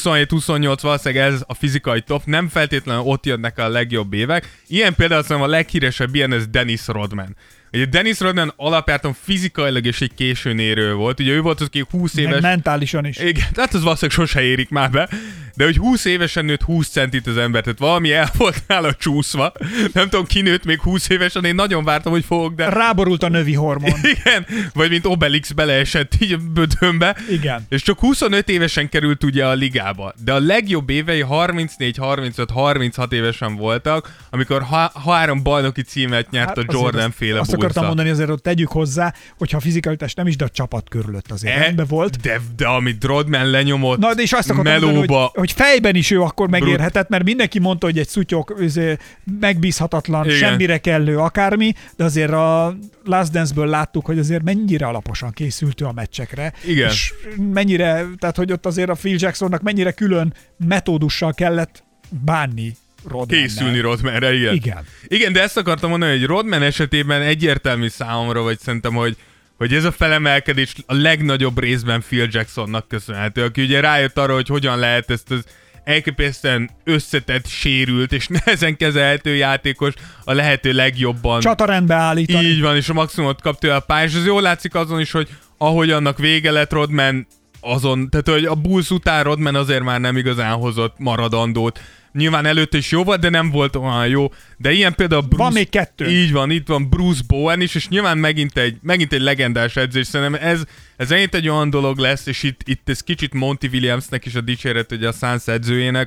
27-28 valószínűleg ez a fizikai top, nem feltétlenül ott jönnek a legjobb évek. Ilyen például azt mondom, a leghíresebb ilyen, ez Dennis Rodman. Ugye Dennis Rodman alapjáton fizikailag is egy későn érő volt. Ugye ő volt az, aki 20 éves... Meg mentálisan is. Igen, tehát az valószínűleg sose érik már be. De hogy 20 évesen nőtt 20 centit az ember, tehát valami el volt nála csúszva. Nem tudom, ki nőtt még 20 évesen, én nagyon vártam, hogy fogok, de... Ráborult a növi hormon. Igen, vagy mint Obelix beleesett így a bödönbe. Igen. És csak 25 évesen került ugye a ligába. De a legjobb évei 34, 35, 36 évesen voltak, amikor 3 bajnoki címet nyert a Jordan-féle Azt akartam mondani, azért ott tegyük hozzá, hogyha a fizikalitás nem is, de a csapat körülött azért rendben volt. De amit Rodman lenyomott Na, de és azt akartam mondani, hogy fejben is ő akkor megérhetett, mert mindenki mondta, hogy egy szutyok megbízhatatlan, igen, semmire kellő akármi, de azért a Last Dance-ből láttuk, hogy azért mennyire alaposan készült ő a meccsekre. Igen. És mennyire, tehát hogy ott azért a Phil Jacksonnak mennyire külön metódussal kellett bánni Rodmannel. Készülni Rodmanre, igen. Igen, de ezt akartam mondani, hogy Rodman esetében egyértelmű számomra, vagy szerintem, hogy ez a felemelkedés a legnagyobb részben Phil Jacksonnak köszönhető, aki ugye rájött arra, hogy hogyan lehet ezt az elképesztően összetett, sérült és nehezen kezelhető játékos a lehető legjobban csatarendbe állítani. Így van, és a maximumot kap tőle a pályán, és az jól látszik azon is, hogy ahogy annak vége lett Rodman azon, tehát hogy a Bulls után Rodman azért már nem igazán hozott maradandót. Nyilván előtte is jó volt, de nem volt olyan jó. De ilyen például Bruce... Van még 2. Így van, itt van Bruce Bowen is, és nyilván megint egy legendás edzés. Szerintem ez megint egy olyan dolog lesz, és itt ez kicsit Monty Williamsnek is a dicséret, ugye a Suns edzőjének,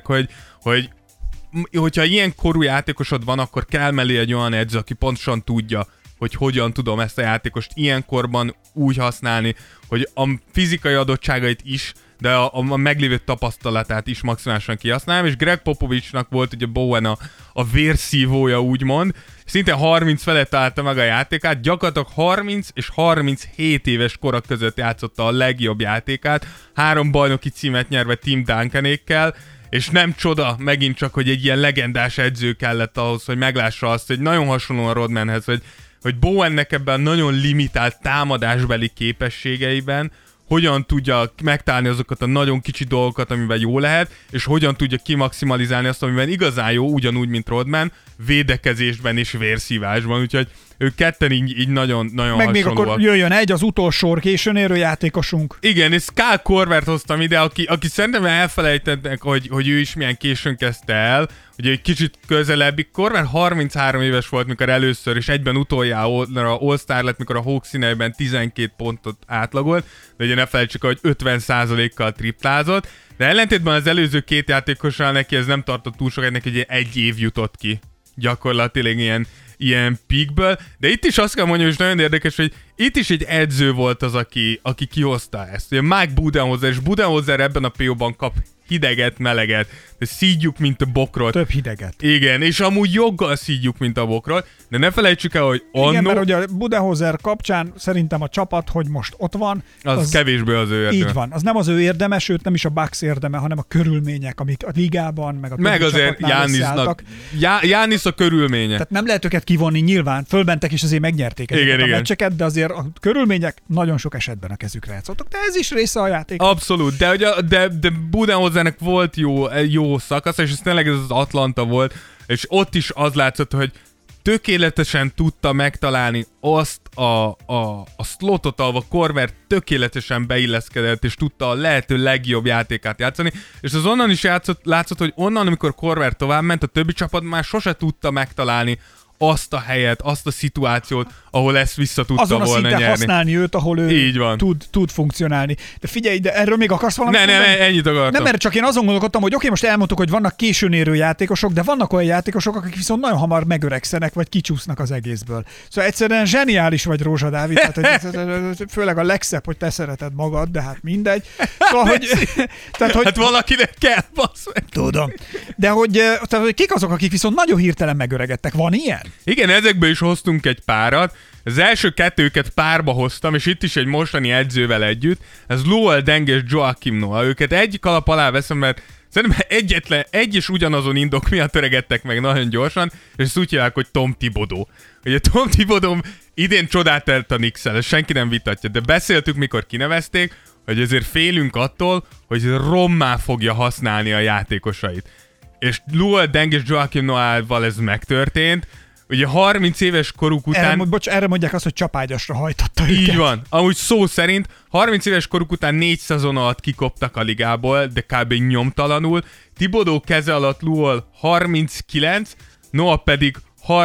hogyha ilyen korú játékosod van, akkor kell mellé egy olyan edző, aki pontosan tudja, hogy hogyan tudom ezt a játékost ilyenkorban úgy használni, hogy a fizikai adottságait is, de a meglévő tapasztalatát is maximálisan kihasználom, és Greg Popovichnak volt ugye Bowen a vérszívója, úgymond, szinte 30 felett állta meg a játékát, gyakorlatilag 30 és 37 éves korak között játszotta a legjobb játékát, 3 bajnoki címet nyerve Tim Duncanékkel, és nem csoda megint csak, hogy egy ilyen legendás edző kellett ahhoz, hogy meglássa azt, hogy nagyon hasonló a Rodmanhez, hogy Bowennek ebben nagyon limitált támadásbeli képességeiben hogyan tudja megtalálni azokat a nagyon kicsi dolgokat, amiben jó lehet, és hogyan tudja kimaximalizálni azt, amiben igazán jó, ugyanúgy, mint Rodman, védekezésben és vérszívásban, úgyhogy ők ketten így nagyon, nagyon meg hasonlóak. Még akkor jöjjön az utolsó későn érő játékosunk. Igen, és Kyle Korvert hoztam ide, aki szerintem elfelejtettek, hogy ő is milyen későn kezdte el, ugye egy kicsit közelebbi. Korvert 33 éves volt, mikor először, és egyben utoljára All-Star lett, mikor a Hawks színeiben 12 pontot átlagolt, de ugye ne felejtsük, hogy 50%-kal triplázott, de ellentétben az előző 2 játékossal neki ez nem tartott túl sokat, neki ugye 1 év jutott ki gyakorlatilag ilyen peakből, de itt is azt kell mondjam, és nagyon érdekes, hogy itt is egy edző volt az, aki kihozta ezt. Ugye Mike Budenholzer, és Budenholzer ebben a PO-ban kap hideget, meleget, de szídjuk, mint a bokrot. Több hideget. Igen, és amúgy joggal szídjuk, mint a bokrot, de ne felejtsük el, hogy annó... Igen, mert ugye a Budenholzer kapcsán szerintem a csapat, hogy most ott van... Az kevésbé az ő érdeme. Így van, az nem az ő érdeme, sőt nem is a Bucks érdeme, hanem a körülmények, amik a ligában, meg a többi azért Giannis a körülménye. Tehát nem lehet őket kivonni, nyilván fölmentek és azért megnyerték ezeket a meccseket, de azért a körülmények nagyon sok esetben a kezükre játszottak, de ez is része a játék. Abszolút, de Budenholzernek volt jó szakasz, és ez tényleg ez az Atlanta volt, és ott is az látszott, hogy tökéletesen tudta megtalálni azt a slotot, ahol Korver tökéletesen beilleszkedett, és tudta a lehető legjobb játékát játszani, és az onnan is látszott, hogy onnan, amikor Korver tovább ment, a többi csapat már sose tudta megtalálni azt a helyet, azt a szituációt, ahol ezt vissza tudta volna nyerni. Használni őt, ahol ő tud funkcionálni. De figyelj, de erről még akarsz valamit? Nem, ennyit akartam. Nem, mert csak én azon gondolkodtam, hogy oké, most elmondtuk, hogy vannak későn érő játékosok, de vannak olyan játékosok, akik viszont nagyon hamar megöregszenek, vagy kicsúsznak az egészből. Szóval egyszerűen zseniális vagy, Rózsa Dávid, tehát, főleg a legszebb, hogy te szereted magad, de hát mindegy. Szóval, hogy hát valakinek kell, bassz. Tudom. De hogy kik azok, akik viszont nagyon hirtelen megöregedtek? Van ilyen? Igen, ezekből is hoztunk egy párat. Az első kettőket párba hoztam, és itt is egy mostani edzővel együtt. Ez Luol Deng és Joakim Noah. Őket egy kalap alá veszem, mert szerintem egy és ugyanazon indok miatt öregedtek meg nagyon gyorsan, és ezt úgy hívják, hogy Tom Thibodeau. Ugye Tom Thibodeau idén csodát tett a Knicksel, ezt senki nem vitatja, de beszéltük, mikor kinevezték, hogy azért félünk attól, hogy rommá fogja használni a játékosait. És Luol Deng és Joakim Noah-val ez megtörtént. Ugye 30 éves koruk után... Erre mondják azt, hogy csapágyasra hajtotta őket. Így van. Amúgy szó szerint 30 éves koruk után 4 szezon alatt kikoptak a ligából, de kb. Nyomtalanul. Thibodeau keze alatt Luol 39, Noah pedig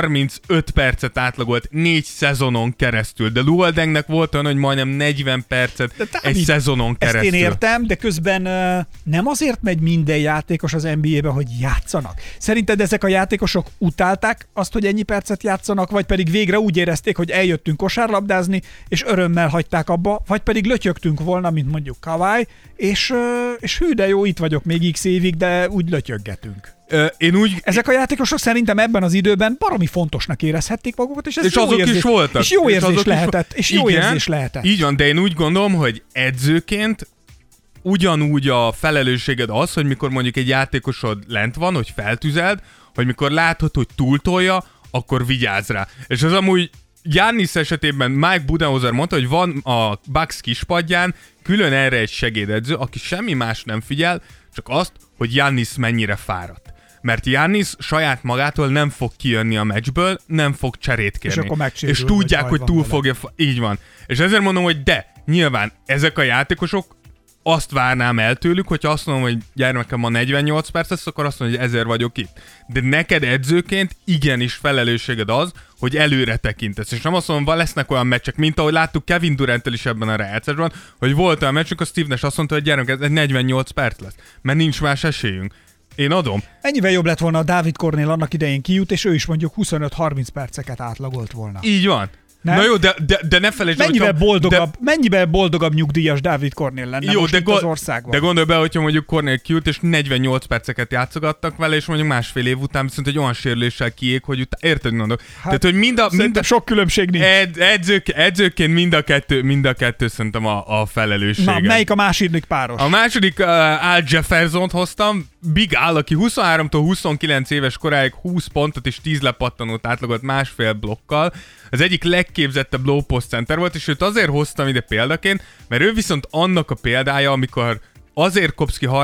35 percet átlagolt 4 szezonon keresztül. De Luol Dengnek volt olyan, hogy majdnem 40 percet egy szezonon keresztül. Ezt én értem, de közben nem azért megy minden játékos az NBA-be, hogy játszanak. Szerinted ezek a játékosok utálták azt, hogy ennyi percet játszanak, vagy pedig végre úgy érezték, hogy eljöttünk kosárlabdázni, és örömmel hagyták abba, vagy pedig lötyögtünk volna, mint mondjuk Kawhi, és hű, de jó, itt vagyok még x évig, de úgy lötyöggetünk. Ezek a játékosok szerintem ebben az időben baromi fontosnak érezhették magukat, és ez és azok is voltak. És jó érzés lehetett. És jó érzés lehetett. Így van, de én úgy gondolom, hogy edzőként ugyanúgy a felelősséged az, hogy mikor mondjuk egy játékosod lent van, hogy feltüzeld, hogy mikor látod, hogy túltolja, akkor vigyázz rá. És az amúgy Giannis esetében Mike Budenholzer mondta, hogy van a Bucks kispadján külön erre egy segédedző, aki semmi más nem figyel, csak azt, hogy Giannis mennyire fáradt. Mert Giannis saját magától nem fog kijönni a meccsből, nem fog cserét kérni. És tudják, hogy túl fogja... Így van. És ezért mondom, hogy de, nyilván ezek a játékosok azt várnám el tőlük, hogyha azt mondom, hogy gyermekem ma 48 perc lesz, akkor azt mondom, hogy ezért vagyok itt. De neked edzőként igenis felelősséged az, hogy előre tekintesz. És nem azt mondom, lesznek olyan meccsek, mint ahogy láttuk Kevin Durant-tel is ebben a rájátszásban, hogy volt olyan meccsünk, a Steve Nash azt mondta, hogy gyermek, ez egy 48 perc lesz, mert nincs más esélyünk. Én adom. Ennyivel jobb lett volna a David Cornél annak idején kijut, és ő is mondjuk 25-30 perceket átlagolt volna. Így van. Nem? Na jó, de ne felejtsd, mennyivel boldogabb nyugdíjas David Cornél lenne jó, most itt az országban. De gondolj be, hogyha mondjuk Cornél kijut, és 48 perceket játszogattak vele, és mondjuk másfél év után viszont egy olyan sérüléssel kiég, hogy érted, mondok. Hát, tehát, hogy mind a sok különbség nincs. Edzőként mind a kettő szerintem a felelőssége. Na, melyik a második páros? A második Al Jeffersont hoztam. Big Al, aki 23-tól 29 éves koráig 20 pontot és 10 lepattanót átlagolt másfél blokkal. Az egyik legképzettebb low post center volt, és őt azért hoztam ide példaként, mert ő viszont annak a példája, amikor azért kopsz ki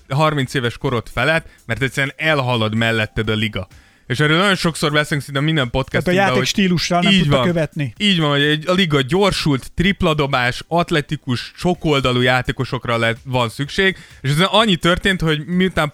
30 éves korod felett, mert egyszerűen elhalad melletted a liga. És erről nagyon sokszor beszélünk szinte minden podcastban. Tehát a játék stílussal nem tudta követni. Így van, hogy a liga gyorsult, tripladobás, atletikus, sokoldalú játékosokra van szükség, és ez annyi történt, hogy miután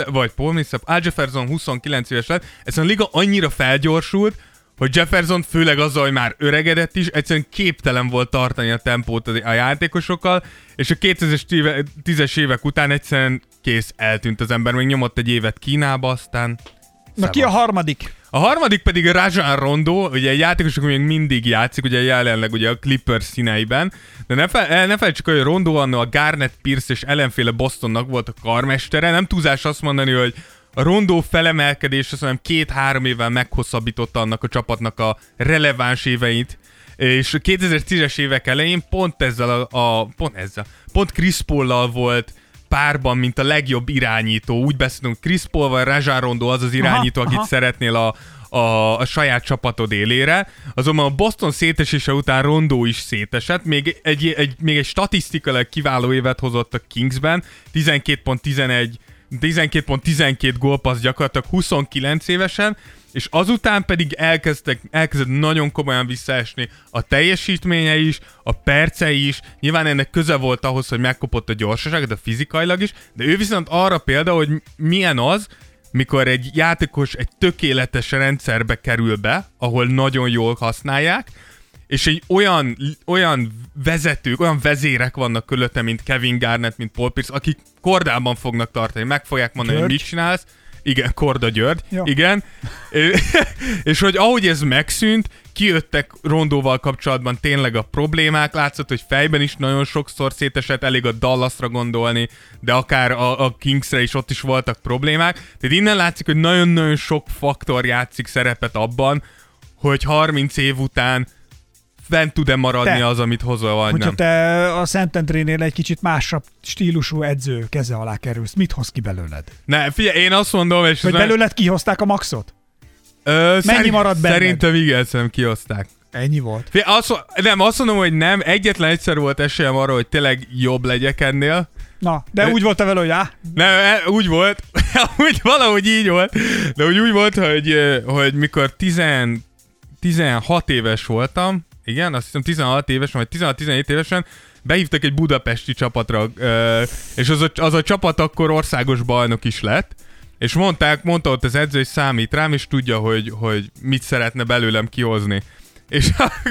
Al Jefferson 29 éves lett, ez a liga annyira felgyorsult, hogy Jefferson főleg azzal, hogy már öregedett is, egyszerűen képtelen volt tartani a tempót a játékosokkal, és a 2010-es évek után egyszerűen kész, eltűnt az ember, még nyomott egy évet Kínába, aztán... Na ki a harmadik? A harmadik pedig Rajon Rondo, ugye egy játékos, aki még mindig játszik, ugye jelenleg ugye a Clippers színeiben, de ne felejtsük, hogy Rondo anno a Garnett, Pierce és ellenféle Bostonnak volt a karmestere, nem túlzás azt mondani, hogy a Rondo felemelkedés azt mondom 2-3 évvel meghosszabbította annak a csapatnak a releváns éveit, és 2010-es évek elején pont Chris Paul-lal volt párban, mint a legjobb irányító. Úgy beszélünk, Chris Paul-val Rajon Rondo az irányító, akit szeretnél a saját csapatod élére. Azonban a Boston szétesése után Rondo is szétesett, még egy statisztikailag kiváló évet hozott a Kingsben, 12.12 gólpassz gyakorlatilag 29 évesen, és azután pedig elkezdett nagyon komolyan visszaesni a teljesítménye is, a percei is, nyilván ennek köze volt ahhoz, hogy megkopott a gyorsaság, de fizikailag is, de ő viszont arra példa, hogy milyen az, mikor egy játékos egy tökéletes rendszerbe kerül be, ahol nagyon jól használják, és egy olyan vezetők, olyan vezérek vannak körülötte, mint Kevin Garnett, mint Paul Pierce, akik kordában fognak tartani, meg fogják mondani, hogy mit csinálsz. Igen, Korda György, jó. Igen. És hogy ahogy ez megszűnt, kijöttek Rondóval kapcsolatban tényleg a problémák, látszott, hogy fejben is nagyon sokszor szétesett, elég a Dallasra gondolni, de akár a Kingsre is ott is voltak problémák. Tehát innen látszik, hogy nagyon-nagyon sok faktor játszik szerepet abban, hogy 30 év után fent tud-e maradni az, amit hozol, vagy hogyha nem. Te a Szentendrénél egy kicsit másabb stílusú edző keze alá kerülsz, mit hoz ki belőled? Ne, figyelj, én azt mondom, és... Hogy belőled kihozták a maxot? Mennyi maradt benned? Szerintem igen, kihozták. Ennyi volt? Figyelj, azt mondom, hogy nem. Egyetlen egyszer volt esélyem arra, hogy tényleg jobb legyek ennél. Na, de úgy volt vele, hogy Nem, úgy volt. Úgy valahogy így volt. De úgy volt, hogy mikor 16 éves voltam, igen, azt hiszem 16 évesen, vagy 16-17 évesen behívtak egy budapesti csapatra, és az a csapat akkor országos bajnok is lett, és mondta ott az edző, hogy számít rám, és tudja, hogy mit szeretne belőlem kihozni. És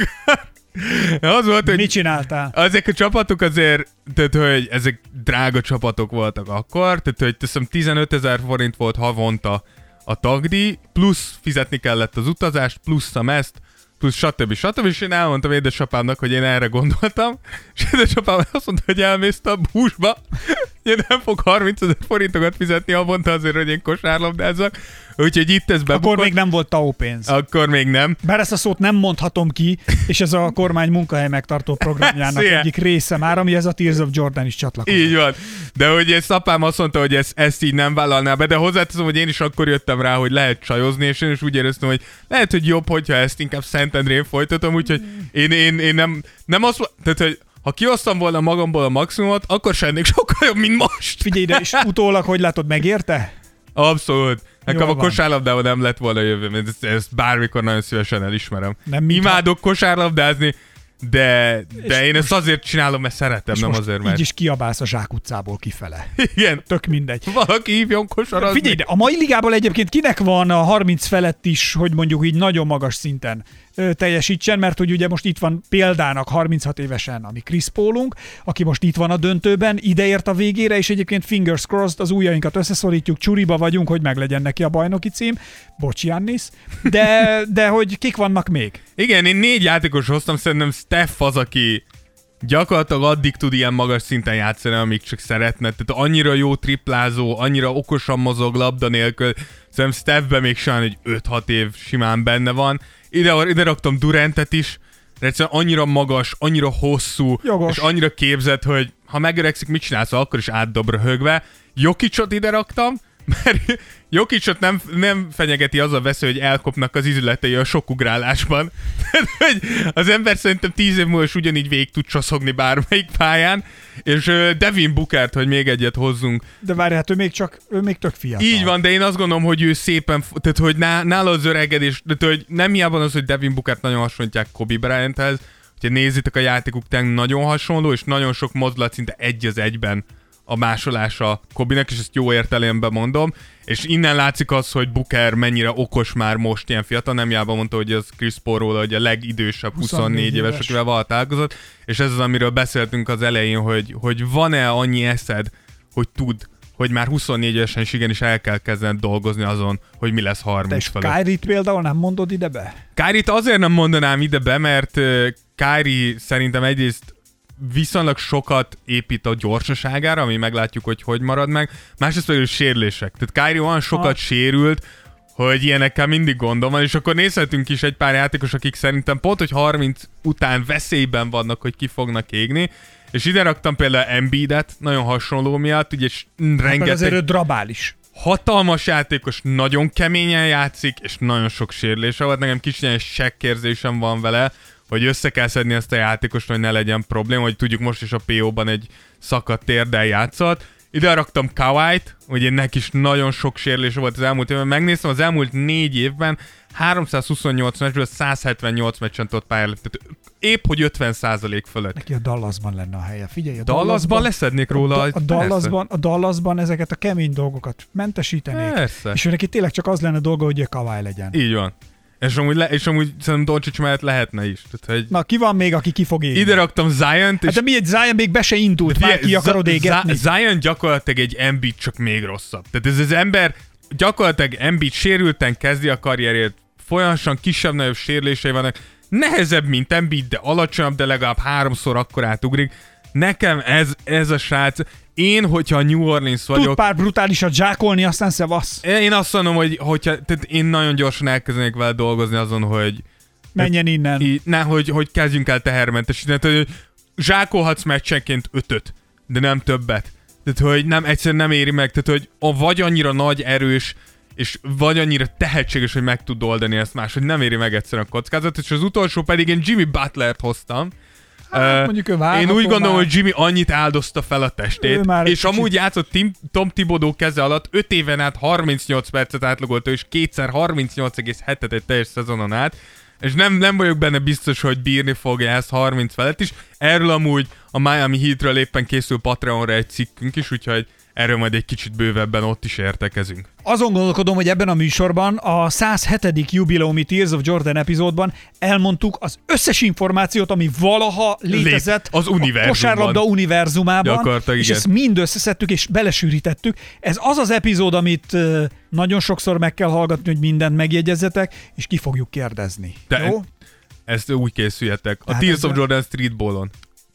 az volt, hogy... Mit csináltál? Ezek a csapatok azért, tehát, hogy ezek drága csapatok voltak akkor, tehát, hogy teszem 15 000 forint volt havonta a tagdíj, plusz fizetni kellett az utazást, plusz a meszt, plusz stb. És én elmondtam édesapámnak, hogy én erre gondoltam, és édesapám azt mondta, hogy elmész a búzsba, én nem fog 30 000 forintokat fizetni havonta azért, hogy én kosárlabdázzak, úgyhogy itt ez bebukott. Akkor még nem volt TAO pénz. Akkor még nem. Bár ezt a szót nem mondhatom ki, és ez a kormány munkahely megtartó programjának egyik része már, ami ez a Tears of Jordan is csatlakozott. Így van. De hogy ezt apám azt mondta, hogy ezt így nem vállalná be, de hozzáteszem, hogy én is akkor jöttem rá, hogy lehet csajozni, és én is úgy éreztem, hogy lehet, hogy jobb, hogyha ezt inkább Szentendrén folytatom, úgyhogy én nem azt, tehát, hogy ha kihoztam volna magamból a maximumot, akkor sem ennék sokkal jobb, mint most. Figyelj ide, és utólag, hogy látod, megérte? Abszolút. Nekem a kosárlabdában nem lett volna jövő, ezt bármikor nagyon szívesen elismerem. Imádok kosárlabdázni, de én ezt azért csinálom, mert szeretem, nem azért, mert... így is kiabálsz a zsákutcából kifele. Igen. Tök mindegy. Valaki hívjon kosarazni. Figyelj, de a mai ligából egyébként kinek van a 30 felett is, hogy mondjuk így nagyon magas szinten teljesítsen, mert hogy ugye most itt van példának 36 évesen, ami Chris Paulunk, aki most itt van a döntőben, ideért a végére, és egyébként fingers crossed, az ujjainkat összeszorítjuk, csuriba vagyunk, hogy meglegyen neki a bajnoki cím. Bocs, Giannis. De hogy kik vannak még? Igen, én 4 játékos hoztam, szerintem Steph az, aki gyakorlatilag addig tud ilyen magas szinten játszani, amíg csak szeretne. Tehát annyira jó triplázó, annyira okosan mozog labda nélkül. Szerintem Stephben még sajnos, hogy 5-6 év simán benne van. Ide raktam Durantet is, de egyszerűen annyira magas, annyira hosszú, és annyira képzett, hogy ha megöregszik, mit csinálsz, akkor is átdob röhögve. Jokicot ide raktam, mert Jokicot nem fenyegeti az a veszély, hogy elkopnak az izületei a sok ugrálásban. Az ember szerintem 10 év múlva is ugyanígy végig tud csoszogni bármelyik pályán, és Devin Bookert, hogy még egyet hozzunk. De várj, hát ő még tök fiatal. Így van, de én azt gondolom, hogy ő szépen, tehát hogy nála az öregedés, tehát hogy nem hiába az, hogy Devin Bookert nagyon hasonlítják Kobe Bryanthez, hogyha nézitek a játékuk, tényleg nagyon hasonló, és nagyon sok mozdulat szinte egy az egyben a másolása Kobinek, és ezt jó értelemben mondom, és innen látszik az, hogy Booker mennyire okos már most ilyen fiatal, nem hiába mondta, hogy az Chris Paul-ról, hogy a legidősebb 24 éves, akivel vala találkozott, és ez az, amiről beszéltünk az elején, hogy van-e annyi eszed, hogy tud, hogy már 24 évesen is igenis el kell kezdened dolgozni azon, hogy mi lesz 30 felett. Te Kyrie-t például nem mondod ide be? Kyrie-t azért nem mondanám ide be, mert Kyrie szerintem egyrészt viszonylag sokat épít a gyorsaságára, ami meglátjuk, hogy marad meg. Másrészt pedig sérülések. Tehát Kyrie olyan sokat sérült, hogy ilyenekkel mindig gondom van, és akkor nézhetünk is egy pár játékos, akik szerintem pont, hogy 30 után veszélyben vannak, hogy ki fognak égni, és ide raktam például Embiidet, nagyon hasonló miatt, ugye rengeteg... azért ő drabális. Hatalmas játékos, nagyon keményen játszik, és nagyon sok sérülése volt. Nekem kicsit ilyen sekkérzésem van vele, hogy össze kell szedni ezt a játékost, hogy ne legyen probléma, hogy tudjuk most is a PO-ban egy szakadt térdel játszott. Ide raktam Kawait, ugye neki is nagyon sok sérülése volt az elmúlt évben. Megnéztem, az elmúlt 4 évben 328 meccsből 178 meccsen tudott pályára. Tehát épp hogy 50% fölött. Neki a Dallasban lenne a helye. Figyelj, a Dallasban leszednék róla. A Dallasban ezeket a kemény dolgokat mentesítenék. Persze. És ő neki tényleg csak az lenne dolga, hogy Kawhi legyen. Így van. És amúgy szerintem Doncic mellett lehetne is. Tehát, hogy na, ki van még, aki ki fog égni? ide raktam Ziont, és... Hát de mi egy Zion még be se indult, már ki akarod égetni? Zion gyakorlatilag egy Embiid, csak még rosszabb. Tehát ez az ember gyakorlatilag Embiid sérülten kezdi a karrierjét, folyamatosan kisebb-nagyobb sérülései vannak, nehezebb, mint Embiid, de alacsonyabb, de legalább 3-szor akkor átugrik. Nekem ez a srác, én, hogyha New Orleans vagyok... Tud pár brutálisat zsákolni, aztán szevasz. Én azt mondom, tehát én nagyon gyorsan elkezdenék vele dolgozni azon, hogy... menjen innen. Hogy kezdjünk el tehermentesíteni. Tehát, hogy zsákolhatsz meccsenként 5-öt, de nem többet. Tehát, hogy egyszerűen nem éri meg. Tehát, hogy vagy annyira nagy, erős, és vagy annyira tehetséges, hogy meg tud oldani ezt más, hogy nem éri meg egyszerűen a kockázat. És az utolsó pedig én Jimmy Butlert hoztam. Mondjuk én úgy gondolom, hogy Jimmy annyit áldozta fel a testét, és amúgy játszott Tom Thibodeau keze alatt 5 éven át 38 percet átlagolt, és kétszer 38,7-et egy teljes szezonon át, és nem vagyok benne biztos, hogy bírni fogja ezt 30 felett is. Erről amúgy a Miami Heatről éppen készül Patreonra egy cikkünk is, úgyhogy erről majd egy kicsit bővebben ott is értekezünk. Azon gondolkodom, hogy ebben a műsorban a 107. jubileumi Tears of Jordan epizódban elmondtuk az összes információt, ami valaha létezett az univerzumban. A kosárlabda univerzumában, és ezt mind összeszedtük és belesűrítettük. Ez az az epizód, amit nagyon sokszor meg kell hallgatni, hogy mindent megjegyezzetek, és ki fogjuk kérdezni. Jó? Ezt úgy készüljetek. A Tears of Jordan Streetballon.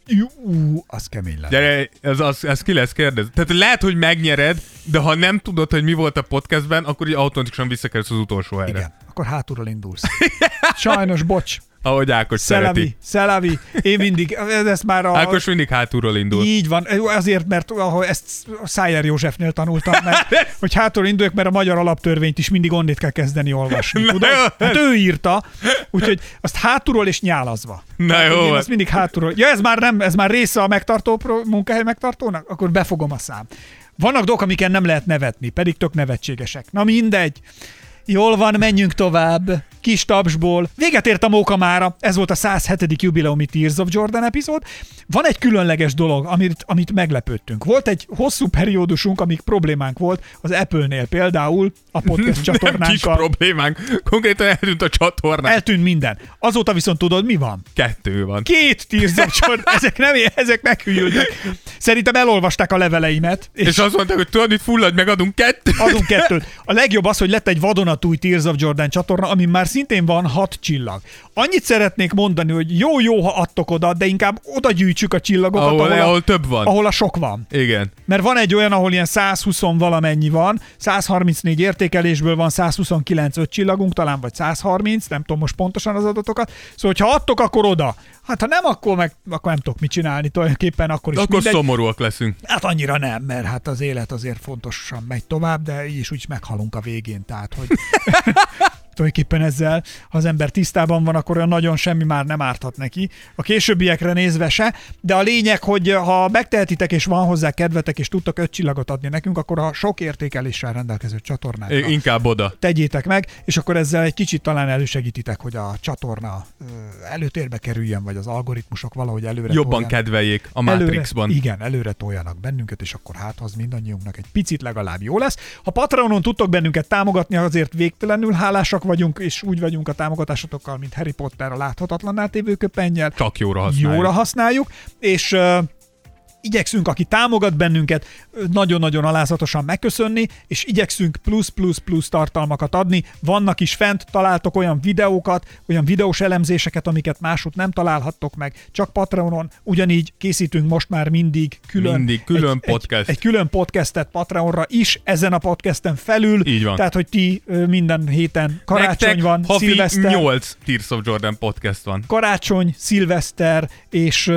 Az kemény lenne. Gyere, ez ki lesz kérdez. Tehát lehet, hogy megnyered, de ha nem tudod, hogy mi volt a podcastben, akkor így automatikusan visszakerülsz az utolsó helyre. Igen, akkor hátulról indulsz. Sajnos, bocs. Ahogy Ákos szereti. Szelavi. Én mindig, ezt már Ákos mindig hátulról indul. Így van, azért, mert ezt Szájer Józsefnél tanultam meg, hogy hátulról induljak, mert a magyar alaptörvényt is mindig onnét kell kezdeni olvasni. Tudod? Hát ő írta, úgyhogy azt hátulról és nyálazva. Na jó. Én azt mindig hátulról. Ja, ez már része a munkahely megtartónak? Akkor befogom a szám. Vannak dolgok, amiken nem lehet nevetni, pedig tök nevetségesek. Na mindegy. Jól van, menjünk tovább. Kis tapsból. Véget ért a móka mára. Ez volt a 107. jubileumi Tears of Jordan epizód. Van egy különleges dolog, amit meglepődtünk. Volt egy hosszú periódusunk, amíg problémánk volt az Apple-nél például a podcast csatornánkkal. Kis problémánk. Konkrétan eltűnt a csatornán. Eltűnt minden. Azóta viszont tudod, mi van? 2 van. 2 Tears of Jordan. Ezek meghűltek. Szerintem elolvasták a leveleimet. És azt mondták, hogy tudod, mit fulladj meg, adunk 2. Adunk 2. A legjobb az, hogy lett egy vadonatúj Tears of Jordan csatorna, ami már szintén van 6 csillag. Annyit szeretnék mondani, hogy jó, ha adtok oda, de inkább oda gyűjtsük a csillagokat, ahol több van. Ahol a sok van. Igen. Mert van egy olyan, ahol ilyen 120 valamennyi van, 134 értékelésből van 129 5 csillagunk, talán vagy 130, nem tudom most pontosan az adatokat. Szóval, ha adtok, akkor oda. Hát ha nem, akkor nem tudok mit csinálni, tulajdonképpen akkor is akkor mindegy. Szomorúak leszünk. Hát annyira nem, mert hát az élet azért fontosan megy tovább, de így is úgy meghalunk a végén, tehát hogy tulajdonképpen ezzel, ha az ember tisztában van, akkor olyan nagyon semmi már nem árthat neki. A későbbiekre nézve se, de a lényeg, hogy ha megtehetitek és van hozzá kedvetek, és tudtak 5 csillagot adni nekünk, akkor a sok értékeléssel rendelkező csatornákra inkább oda tegyétek meg, és akkor ezzel egy kicsit talán elősegítitek, hogy a csatorna előtérbe kerüljön, vagy az algoritmusok valahogy előre jobban toljanak. Kedveljék a Matrixban. Igen, előre toljanak bennünket, és akkor hát az mindannyiunknak egy picit legalább jó lesz. Ha Patreonon tudtok bennünket támogatni, azért végtelenül hálásak vagyunk, és úgy vagyunk a támogatásotokkal, mint Harry Potter a láthatatlanná tévő köpennyel. Csak jóra használjuk. És igyekszünk, aki támogat bennünket, nagyon-nagyon alázatosan megköszönni, és igyekszünk plusz tartalmakat adni. Vannak is fent, találtok olyan videókat, olyan videós elemzéseket, amiket máshogy nem találhattok meg, csak Patreonon. Ugyanígy készítünk most már mindig külön podcast. Egy külön podcastet Patreonra is, ezen a podcasten felül. Így van. Tehát, hogy ti minden héten karácsony nektek van, szilveszter. 8 Tears of Jordan podcast van. Karácsony, szilveszter és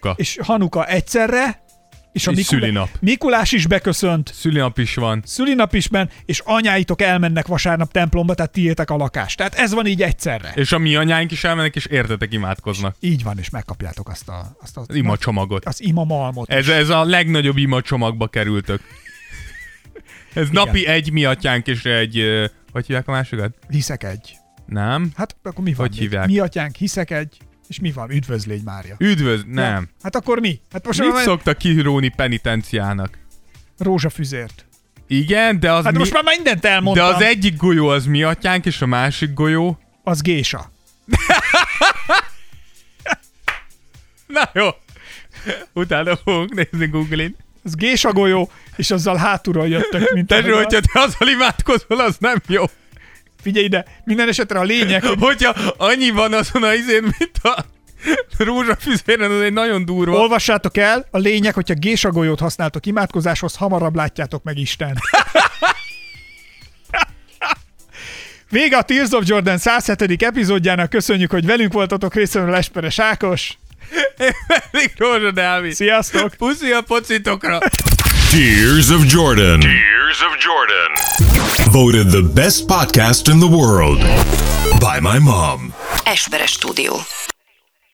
Hanuka egyszerre. És a szülinap. Mikulás is beköszönt. Szülinap is van. Szülinap is van, és anyáitok elmennek vasárnap templomba, tehát tiétek a lakás. Tehát ez van így egyszerre. És a mi anyáink is elmennek, és értetek imádkoznak. És így van, és megkapjátok azt az imacsomagot. Az imamalmot. Ez a legnagyobb imacsomagba kerültök. Ez igen. Napi egy mi atyánk, és egy... Hogy hívják a másikat? Hiszek egy. Nem? Hát akkor mi van? Hogy hívják? Mi atyánk, hiszek egy. És mi van? Üdvözlégy, Mária. Nem. Ja. Hát akkor mi? Hát most mit szoktak kiróni penitenciának? Rózsafüzért. Igen, de az hát most már mindent elmondtam. De az egyik golyó az mi atyánk, és a másik golyó? Az Gésa. Na jó. Utána fogunk nézni Google-in. Az Gésa golyó, és azzal hátulról jöttök, mint Tesó, hogyha te azzal imádkozol, az nem jó. Figyelj ide, minden esetre a lényeg, hogy... Hogyha annyi van azon a izén, mint a rózsafüzéren, az egy nagyon durva. Olvassátok el, a lényeg, hogyha Gésa golyót használtok imádkozáshoz, hamarabb látjátok meg Isten. Vége a Tears of Jordan 107. epizódjának, köszönjük, hogy velünk voltatok, részemről Esperes Ákos. Én pedig Rózsa Dávid. Sziasztok! Puszi a pocitokra! Tears of Jordan. Tears of Jordan. Voted the best podcast in the world by my mom. Esperes Stúdió.